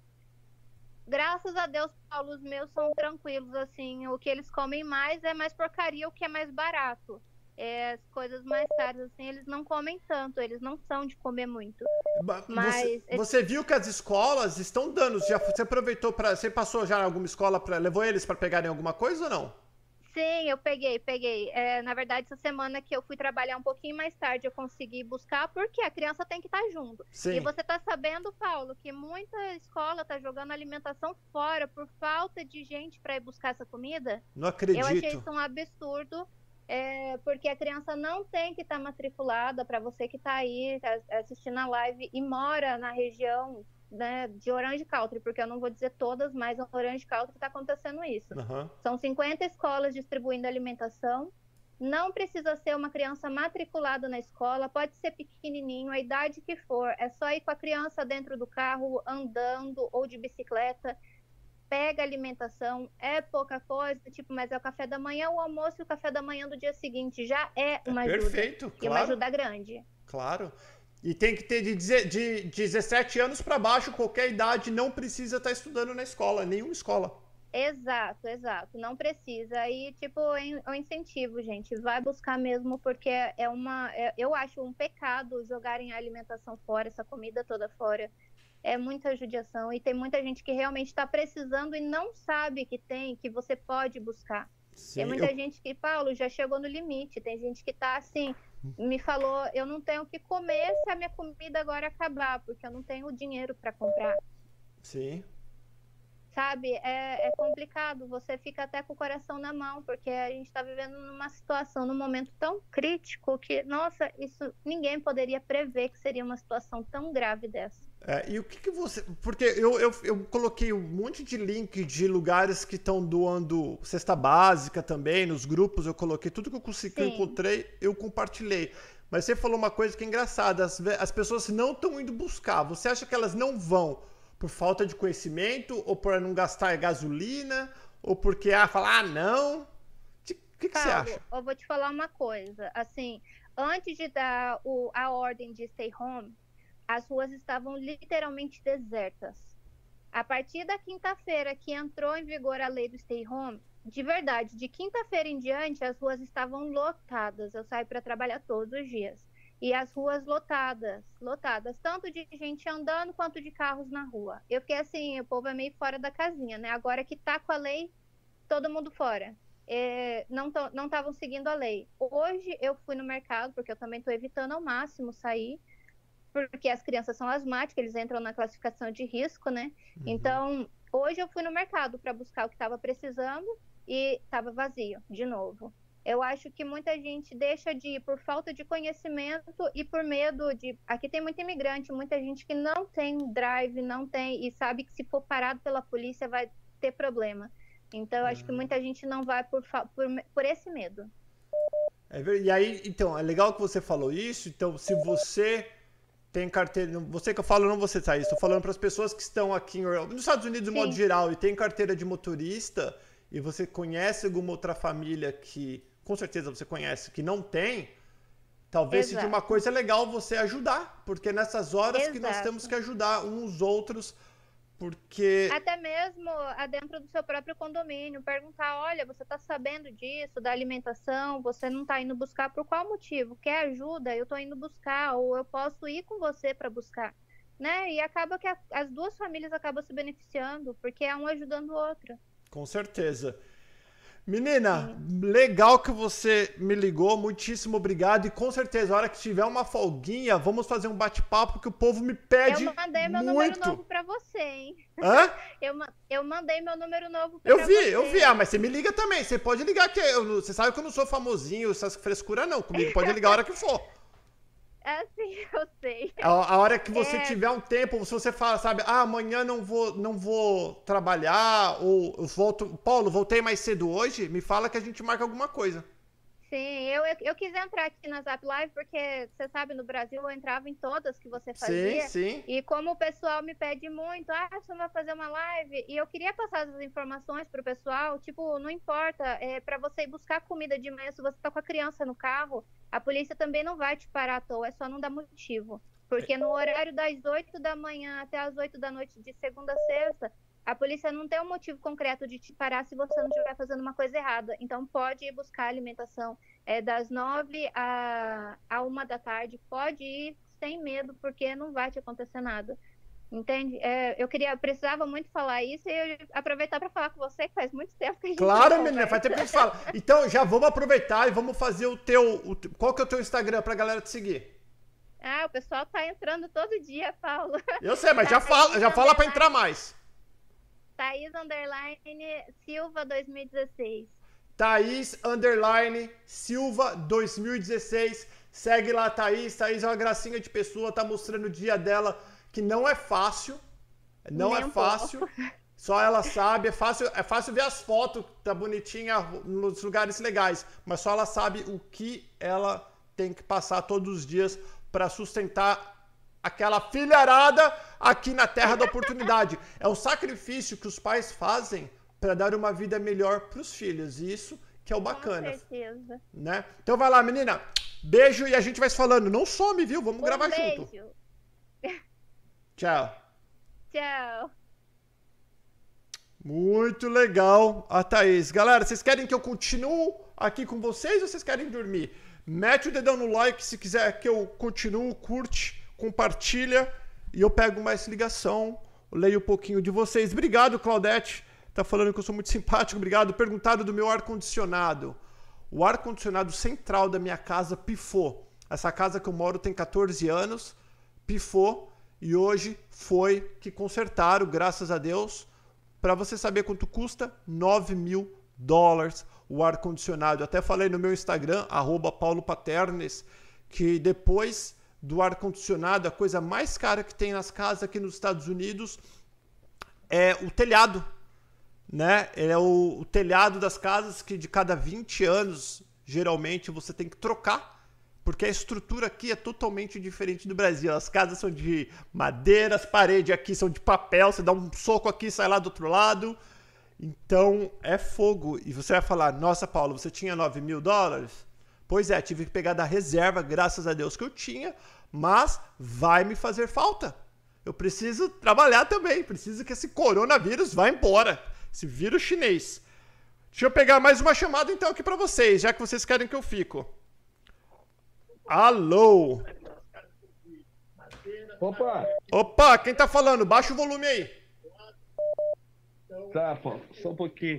Graças a Deus, Paulo, os meus são tranquilos, assim, o que eles comem mais é mais porcaria, o que é mais barato. É, as coisas mais caras, assim, eles não comem tanto, eles não são de comer muito. Mas você, você viu que as escolas estão dando, já, você aproveitou para, você passou já em alguma escola, pra, levou eles para pegarem alguma coisa ou não? Sim, eu peguei, peguei. É, na verdade, essa semana que eu fui trabalhar um pouquinho mais tarde, eu consegui buscar, porque a criança tem que estar junto. Sim. E você tá sabendo, Paulo, que muita escola tá jogando alimentação fora por falta de gente para ir buscar essa comida? Não acredito. Eu achei isso um absurdo. É, porque a criança não tem que estar tá matriculada. Para você que está aí assistindo a live e mora na região, né, de Orange Country, porque eu não vou dizer todas, mas no Orange Country está acontecendo isso. Uhum. São cinquenta escolas distribuindo alimentação. Não precisa ser uma criança matriculada na escola, pode ser pequenininho, a idade que for. É só ir com a criança dentro do carro, andando ou de bicicleta. Pega alimentação, é pouca coisa, tipo, mas é o café da manhã, o almoço e o café da manhã do dia seguinte. Já é uma é ajuda. Perfeito, claro. E uma ajuda grande. Claro. E tem que ter de, de dezessete anos para baixo, qualquer idade, não precisa estar estudando na escola, nenhuma escola. Exato, exato. Não precisa. E, tipo, é um incentivo, gente. Vai buscar mesmo, porque é uma... É, eu acho um pecado jogarem a alimentação fora, essa comida toda fora. É muita judiação e tem muita gente que realmente está precisando e não sabe que tem, que você pode buscar. Sim, tem muita eu... gente que, Paulo, já chegou no limite. Tem gente que tá assim, me falou, eu não tenho o que comer se a minha comida agora acabar, porque eu não tenho dinheiro para comprar. Sim. sabe? É, é complicado, você fica até com o coração na mão, porque a gente está vivendo numa situação, num momento tão crítico que, nossa, isso ninguém poderia prever que seria uma situação tão grave dessa. É, e o que, que você... Porque eu, eu, eu coloquei um monte de link de lugares que estão doando cesta básica também, nos grupos eu coloquei, tudo que eu consegui, que eu encontrei, eu compartilhei. Mas você falou uma coisa que é engraçada, as, as pessoas não estão indo buscar, você acha que elas não vão por falta de conhecimento, ou por não gastar gasolina, ou porque, ah, falar, ah, não? O que, que, que você acha? Eu vou te falar uma coisa, assim, antes de dar o, a ordem de stay home, as ruas estavam literalmente desertas. A partir da quinta-feira que entrou em vigor a lei do stay home, de verdade, de quinta-feira em diante, as ruas estavam lotadas. Eu saio para trabalhar todos os dias. E as ruas lotadas, lotadas, tanto de gente andando quanto de carros na rua. Eu fiquei assim, o povo é meio fora da casinha, né? Agora que tá com a lei, todo mundo fora. É, não não estavam seguindo a lei. Hoje eu fui no mercado, porque eu também estou evitando ao máximo sair, porque as crianças são asmáticas, eles entram na classificação de risco, né? Uhum. Então, hoje eu fui no mercado para buscar o que estava precisando e estava vazio, de novo. Eu acho que muita gente deixa de ir por falta de conhecimento e por medo de... Aqui tem muito imigrante, muita gente que não tem drive, não tem, e sabe que se for parado pela polícia vai ter problema. Então, eu acho uhum. que muita gente não vai por, por, por esse medo. É, e aí, então, é legal que você falou isso. Então, se você... tem carteira, você que eu falo, não você, Thaís, estou falando para as pessoas que estão aqui nos Estados Unidos de modo geral e tem carteira de motorista e você conhece alguma outra família que, com certeza você conhece, que não tem, talvez Exato. seja uma coisa legal você ajudar, porque nessas horas Exato. que nós temos que ajudar uns outros, porque... Até mesmo dentro do seu próprio condomínio, perguntar, olha, você está sabendo disso, da alimentação, você não está indo buscar por qual motivo? Quer ajuda? Eu estou indo buscar, ou eu posso ir com você para buscar, né? E acaba que a, as duas famílias acabam se beneficiando, porque é um ajudando o outro. Com certeza. Menina, Sim. legal que você me ligou, muitíssimo obrigado, e com certeza, a hora que tiver uma folguinha, vamos fazer um bate-papo que o povo me pede muito. Eu mandei meu número novo pra você, hein? Hã? Eu, eu mandei meu número novo pra eu vi, você. Eu vi, ah, mas você me liga também, você pode ligar, que eu, você sabe que eu não sou famosinho, essas frescuras não, comigo pode ligar a hora que for. É, sim, eu sei. A, a hora que você é... tiver um tempo, se você fala, sabe, ah, amanhã não vou, não vou trabalhar, ou eu volto, Paulo, voltei mais cedo hoje, me fala que a gente marca alguma coisa. Sim, eu, eu, eu quis entrar aqui na Zap Live porque, você sabe, no Brasil eu entrava em todas que você fazia. Sim, sim. E como o pessoal me pede muito, ah, você vai fazer uma live, e eu queria passar essas informações pro pessoal, tipo, não importa, é para você ir buscar comida de manhã, se você tá com a criança no carro, a polícia também não vai te parar à toa, é só não dar motivo. Porque no horário das oito da manhã até as oito da noite, de segunda a sexta, a polícia não tem um motivo concreto de te parar se você não estiver fazendo uma coisa errada. Então, pode ir buscar alimentação é, das nove a, a uma da tarde. Pode ir sem medo, porque não vai te acontecer nada. Entende? É, eu queria, precisava muito falar isso e eu aproveitar para falar com você, que faz muito tempo que a gente Claro, menina, faz tempo que a gente fala. Então, já vamos aproveitar e vamos fazer o teu... O, qual que é o teu Instagram pra galera te seguir? Ah, o pessoal tá entrando todo dia, Paulo. Eu sei, mas já fala, já fala pra entrar mais. Thaís Underline Silva dois mil e dezesseis. Thaís Underline Silva dois mil e dezesseis. Segue lá a Thaís. Thaís é uma gracinha de pessoa, tá mostrando o dia dela, que não é fácil. Não Nem é fácil. Um Só ela sabe. É fácil, é fácil ver as fotos, tá bonitinha nos lugares legais. Mas só ela sabe o que ela tem que passar todos os dias para sustentar aquela filharada aqui na terra da oportunidade. É um sacrifício que os pais fazem para dar uma vida melhor para os filhos. E isso que é o bacana. Com certeza. Né? Então vai lá, menina. Beijo e a gente vai se falando. Não some, viu? Vamos um gravar beijo. junto. Tchau. Tchau. Muito legal a Thaís. Galera, vocês querem que eu continue aqui com vocês ou vocês querem dormir? Mete o dedão no like se quiser que eu continue, curte, compartilha e eu pego mais ligação, leio um pouquinho de vocês. Obrigado, Claudete. Tá falando que eu sou muito simpático. Obrigado. Perguntaram do meu ar-condicionado. O ar-condicionado central da minha casa pifou. Essa casa que eu moro tem quatorze anos, pifou e hoje foi que consertaram, graças a Deus. para você saber quanto custa, nove mil dólares o ar-condicionado. Até falei no meu Instagram, arroba Paulo Paternes, que depois do ar-condicionado, a coisa mais cara que tem nas casas aqui nos Estados Unidos é o telhado, né? É o, o telhado das casas que de cada vinte anos, geralmente, você tem que trocar, porque a estrutura aqui é totalmente diferente do Brasil. As casas são de madeira, as paredes aqui são de papel, você dá um soco aqui e sai lá do outro lado. Então, é fogo. E você vai falar, nossa, Paulo, você tinha nove mil dólares? Pois é, tive que pegar da reserva, graças a Deus que eu tinha, mas vai me fazer falta. Eu preciso trabalhar também, preciso que esse coronavírus vá embora, esse vírus chinês. Deixa eu pegar mais uma chamada então aqui pra vocês, já que vocês querem que eu fico. Alô? Opa! Opa, quem tá falando? Baixa o volume aí. Tá, pô, só um pouquinho.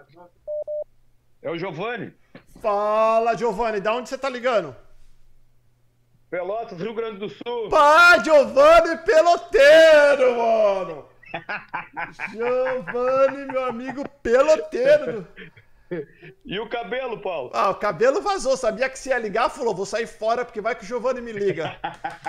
É o Giovanni. Fala, Giovanni, da onde você tá ligando? Pelotas, Rio Grande do Sul. Pá, Giovanni Peloteiro, mano. Giovanni, meu amigo peloteiro. E o cabelo, Paulo? Ah, o cabelo vazou. Sabia que se ia ligar, falou, vou sair fora porque vai que o Giovanni me liga.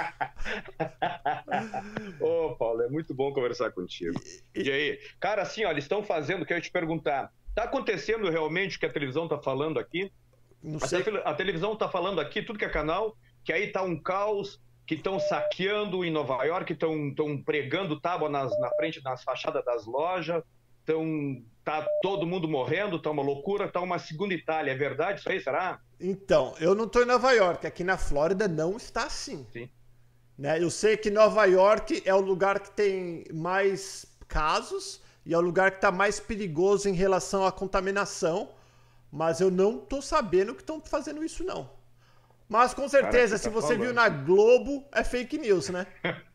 Ô, Paulo, é muito bom conversar contigo. E, e aí? Cara, assim, ó, eles estão fazendo, quero te perguntar, tá acontecendo realmente o que a televisão tá falando aqui? Não sei. A, a televisão tá falando aqui, tudo que é canal, que aí tá um caos, que estão saqueando em Nova York, estão pregando tábua nas, na frente das fachadas das lojas, estão... Tá todo mundo morrendo, tá uma loucura, tá uma segunda Itália. É verdade isso aí, será? Então, eu não tô em Nova York. Aqui na Flórida não está assim. Sim. Né? Eu sei que Nova York é o lugar que tem mais casos e é o lugar que está mais perigoso em relação à contaminação, mas eu não tô sabendo que estão fazendo isso, não. Mas com certeza, Cara, se tá você falando. viu na Globo, é fake news, né?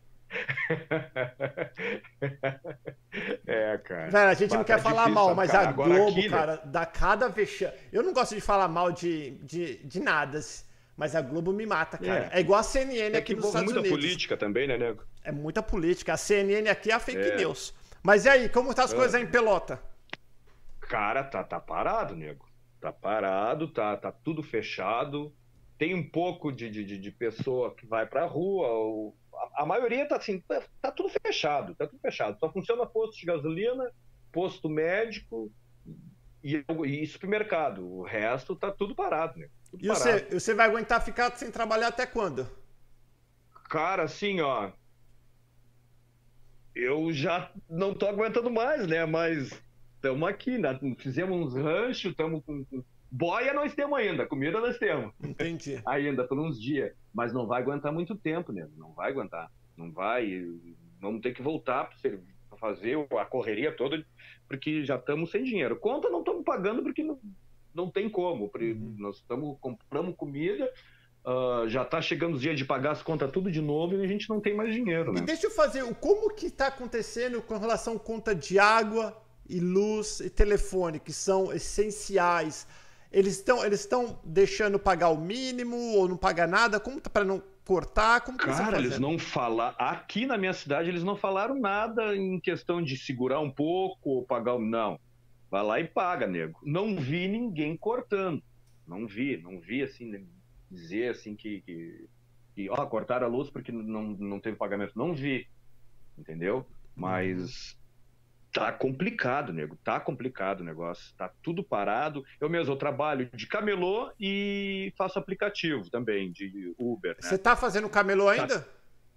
É, cara. Velho, a gente Bah, não quer tá falar difícil, mal, mas cara. a Agora Globo, aqui, né? cara, dá cada vexame. Eu não gosto de falar mal de, de, de nada, mas a Globo me mata, cara. É, É. igual a C N N É aqui que nos envolve Estados muita Unidos. política também, né, nego? É muita política. A C N N aqui é a fake É. news. Mas e aí, como tá as É. coisas aí em Pelota? Cara, tá, tá parado, nego. Tá parado, tá, tá tudo fechado. Tem um pouco de, de, de- de pessoa que vai pra rua. ou- A, a maioria tá assim, tá, tá tudo fechado, tá tudo fechado. Só funciona posto de gasolina, posto médico e, e supermercado. O resto tá tudo parado, né? Tudo E parado. você, você vai aguentar ficar sem trabalhar até quando? Cara, assim, ó. Eu já não tô aguentando mais, né? Mas estamos aqui, né? Fizemos uns ranchos, estamos com, com. Boia nós temos ainda, comida nós temos. Entendi. Ainda por uns dias. Mas não vai aguentar muito tempo, né? Não vai aguentar. Não vai. Vamos ter que voltar para fazer a correria toda, porque já estamos sem dinheiro. Conta não estamos pagando porque não, não tem como. Porque Nós estamos compramos comida. ah, já está chegando os dias de pagar as contas tudo de novo e a gente não tem mais dinheiro, E né? deixa eu fazer, o- como que tá acontecendo com relação à conta de água e luz e telefone, que são essenciais? Eles estão eles estão deixando pagar o mínimo ou não pagar nada? Como tá para não cortar? Como que eles estão Cara, eles fazendo? não falaram. Aqui na minha cidade, eles não falaram nada em questão de segurar um pouco ou pagar. o- Não. Vai lá e paga, nego. Não vi ninguém cortando. Não vi, não vi assim, né, dizer assim que. que, que, ó, cortaram a luz porque não, não teve pagamento. Não vi. Entendeu? Mas. Tá complicado, nego. Tá complicado o negócio. Tá tudo parado. Eu mesmo eu trabalho de camelô e faço aplicativo também, de Uber, né? Você tá fazendo camelô ainda?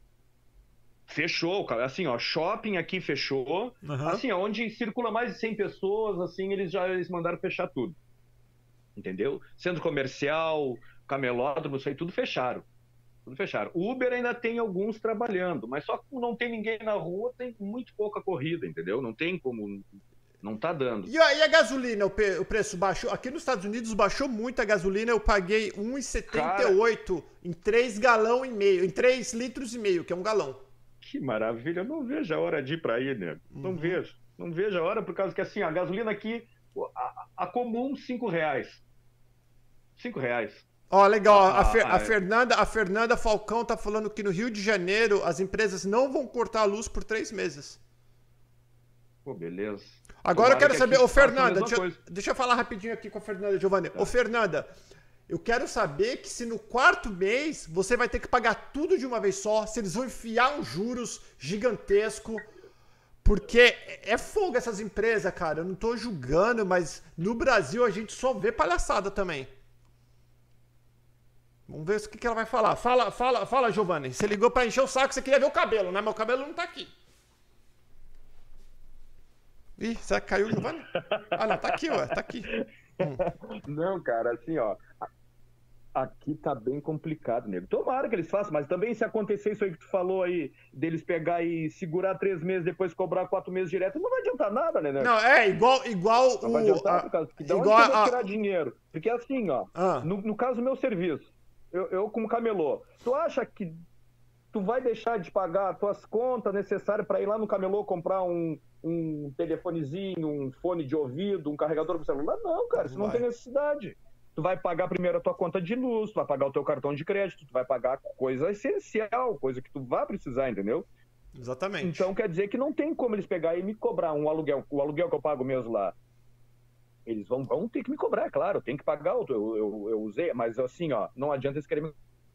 Fechou, cara. Assim, ó, shopping aqui fechou. Aham. Assim, ó, onde circula mais de cem pessoas, assim, eles já eles mandaram fechar tudo. Entendeu? Centro comercial, camelódromo, isso aí tudo fecharam. Tudo fecharam. Uber ainda tem alguns trabalhando, mas só que como não tem ninguém na rua, tem muito pouca corrida, entendeu? Não tem como. Não tá dando. E a, e a gasolina, o, pe- o preço baixou? Aqui nos Estados Unidos baixou muito a gasolina, eu paguei um real e setenta e oito em três galão e meio, em três litros e meio, que é um galão. Que maravilha. Eu não vejo a hora de ir para aí, nego. Não vejo. Não vejo a hora, por causa que assim, a gasolina aqui, a, a comum, cinco reais. Cinco reais. Ó, legal, a, Ah, Fer- a ah, é. Fernanda, a Fernanda Falcão tá falando que no Rio de Janeiro as empresas não vão cortar a luz por três meses. Pô, beleza. Agora eu quero que saber, aqui ô faça a Fernanda, mesma deixa, coisa. deixa eu falar rapidinho aqui com a Fernanda Giovanni. Ô Fernanda, eu quero saber que se no quarto mês você vai ter que pagar tudo de uma vez só, se eles vão enfiar uns juros gigantesco, porque é fogo essas empresas, cara. Eu não tô julgando, mas no Brasil a gente só vê palhaçada também. Vamos ver o que, que ela vai falar. Fala, fala, fala, Giovanni. Você ligou pra encher o saco, você queria ver o cabelo, né? Meu cabelo não tá aqui. Ih, será que caiu o Giovanni? Ah, não, tá aqui, ué, tá aqui. Hum. Não, cara, assim, ó. Aqui tá bem complicado, nego. Tomara que eles façam, mas também se acontecer isso aí que tu falou aí, deles pegar e segurar três meses, depois cobrar quatro meses direto, não vai adiantar nada, né, nego? Não, é igual, igual Não o... vai adiantar, a, por causa que dá igual onde que eu vou a, tirar dinheiro. Porque assim, ó, Ah. no, no caso do meu serviço, eu, eu como camelô, tu acha que tu vai deixar de pagar as tuas contas necessárias para ir lá no camelô comprar um, um telefonezinho, um fone de ouvido, um carregador pro celular? Não, cara, isso não tem necessidade. Tu vai pagar primeiro a tua conta de luz, tu vai pagar o teu cartão de crédito, tu vai pagar coisa essencial, coisa que tu vai precisar, entendeu? Exatamente. Então quer dizer que não tem como eles pegar e me cobrar um aluguel, o aluguel que eu pago mesmo lá. Eles vão, vão ter que me cobrar, é claro, eu tenho que pagar, eu, eu, eu usei, mas assim, ó, não adianta eles querem me...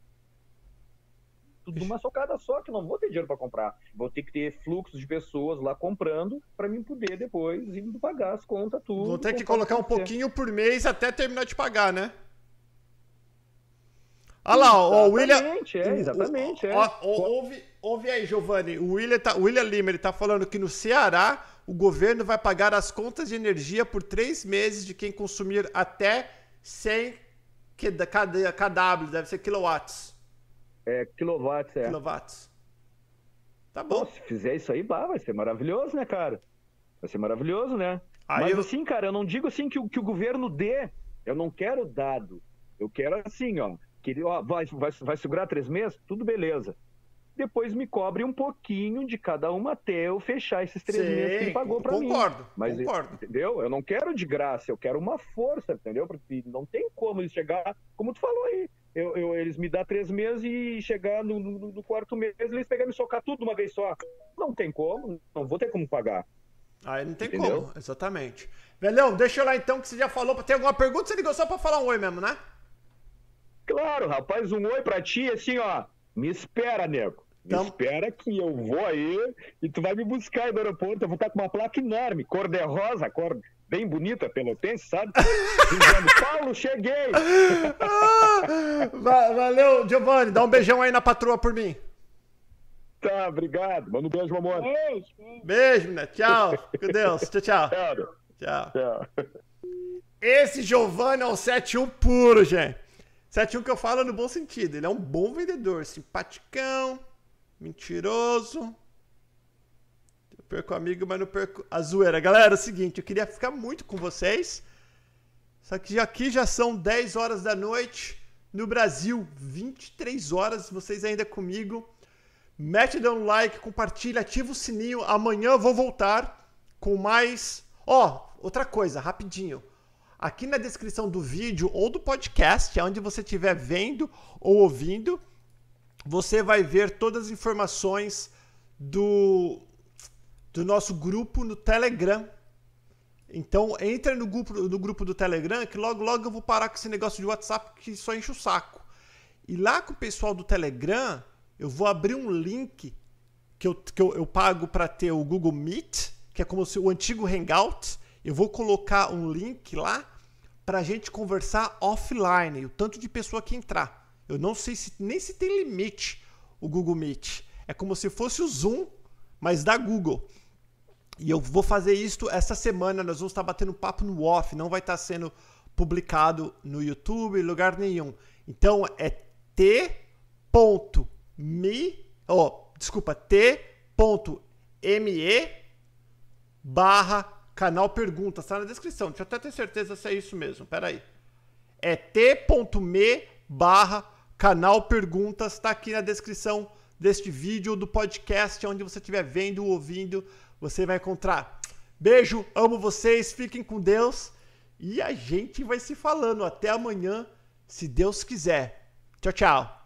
tudo numa socada só, que eu não vou ter dinheiro para comprar. Vou ter que ter fluxo de pessoas lá comprando para mim poder depois indo pagar as contas, tudo. Vou ter que colocar um pouquinho por mês até terminar de pagar, né? Olha lá, ó, o William... Exatamente, é, exatamente. É. Ó, ó, ouve, ouve aí, Giovanni. O William, tá, o William Lima, ele tá falando que no Ceará o governo vai pagar as contas de energia por três meses de quem consumir até cem kW, deve ser kilowatts. É, quilowatts, é. Kilowatts. Tá bom. Pô, se fizer isso aí, bah, vai ser maravilhoso, né, cara? Vai ser maravilhoso, né? Aí Mas eu- assim, cara, eu não digo assim que, o- que o governo dê. Eu não quero dado. Eu quero assim, ó. Que, ele, ó vai, vai, vai segurar três meses? Tudo beleza. Depois me cobre um pouquinho de cada uma até eu fechar esses três Sim, meses que ele pagou pra mim. concordo, Mas, concordo. entendeu? Eu não quero de graça, eu quero uma força, entendeu? Porque não tem como eles chegar, como tu falou aí. Eu, eu- eles me dão três meses e chegar no, no- no quarto mês, eles pegarem e me socar tudo de uma vez só. Não tem como, não vou ter como pagar. Aí não tem Entendeu? como, exatamente. Velhão, deixa eu lá então que você já falou. Tem alguma pergunta? Você ligou só pra falar um oi mesmo, né? Claro, rapaz, um oi pra ti, assim, ó. Me espera, nego. Me Então- espera que eu vou aí e tu vai me buscar aí no aeroporto. Eu vou estar com uma placa enorme, cor de rosa, cor bem bonita, pelotense, sabe? Dizendo, Paulo, cheguei! Va- Valeu, Giovanni. Dá um beijão aí na patroa por mim. Tá, obrigado. Manda um beijo, amor. Beijo. Beijo, né? Tchau. Com Deus. Tchau, tchau. Tchau. Tchau. Tchau. Esse Giovanni é um sete um puro, gente. sete um que eu falo no bom sentido. Ele é um bom vendedor. Simpaticão. Mentiroso. Eu perco amigo, mas não perco a zoeira. Galera, é o seguinte. Eu queria ficar muito com vocês. Só que aqui já são dez horas da noite. No Brasil, vinte e três horas. Vocês ainda comigo. Mete dá um like, compartilha, ativa o sininho. Amanhã eu vou voltar com mais... Ó, outra coisa, rapidinho. Aqui na descrição do vídeo ou do podcast, onde você estiver vendo ou ouvindo, você vai ver todas as informações do, do nosso grupo no Telegram. Então, entra no grupo, no grupo do Telegram, que logo, logo eu vou parar com esse negócio de WhatsApp que só enche o saco. E lá com o pessoal do Telegram, eu vou abrir um link que eu, que eu, eu pago para ter o Google Meet, que é como se o antigo Hangout. Eu vou colocar um link lá para a gente conversar offline, o tanto de pessoa que entrar. Eu não sei se nem se tem limite o Google Meet. É como se fosse o Zoom, mas da Google. E eu vou fazer isso essa semana. Nós vamos estar batendo papo no off. Não vai estar sendo publicado no YouTube, em lugar nenhum. Então é t.me, oh, desculpa, t.me barra canal perguntas. Está na descrição. Deixa eu até ter certeza se é isso mesmo. Pera aí. É t.me barra canal perguntas. Está aqui na descrição deste vídeo, do podcast, onde você estiver vendo ou ouvindo, você vai encontrar. Beijo, amo vocês, fiquem com Deus e a gente vai se falando. Até amanhã, se Deus quiser. Tchau, tchau.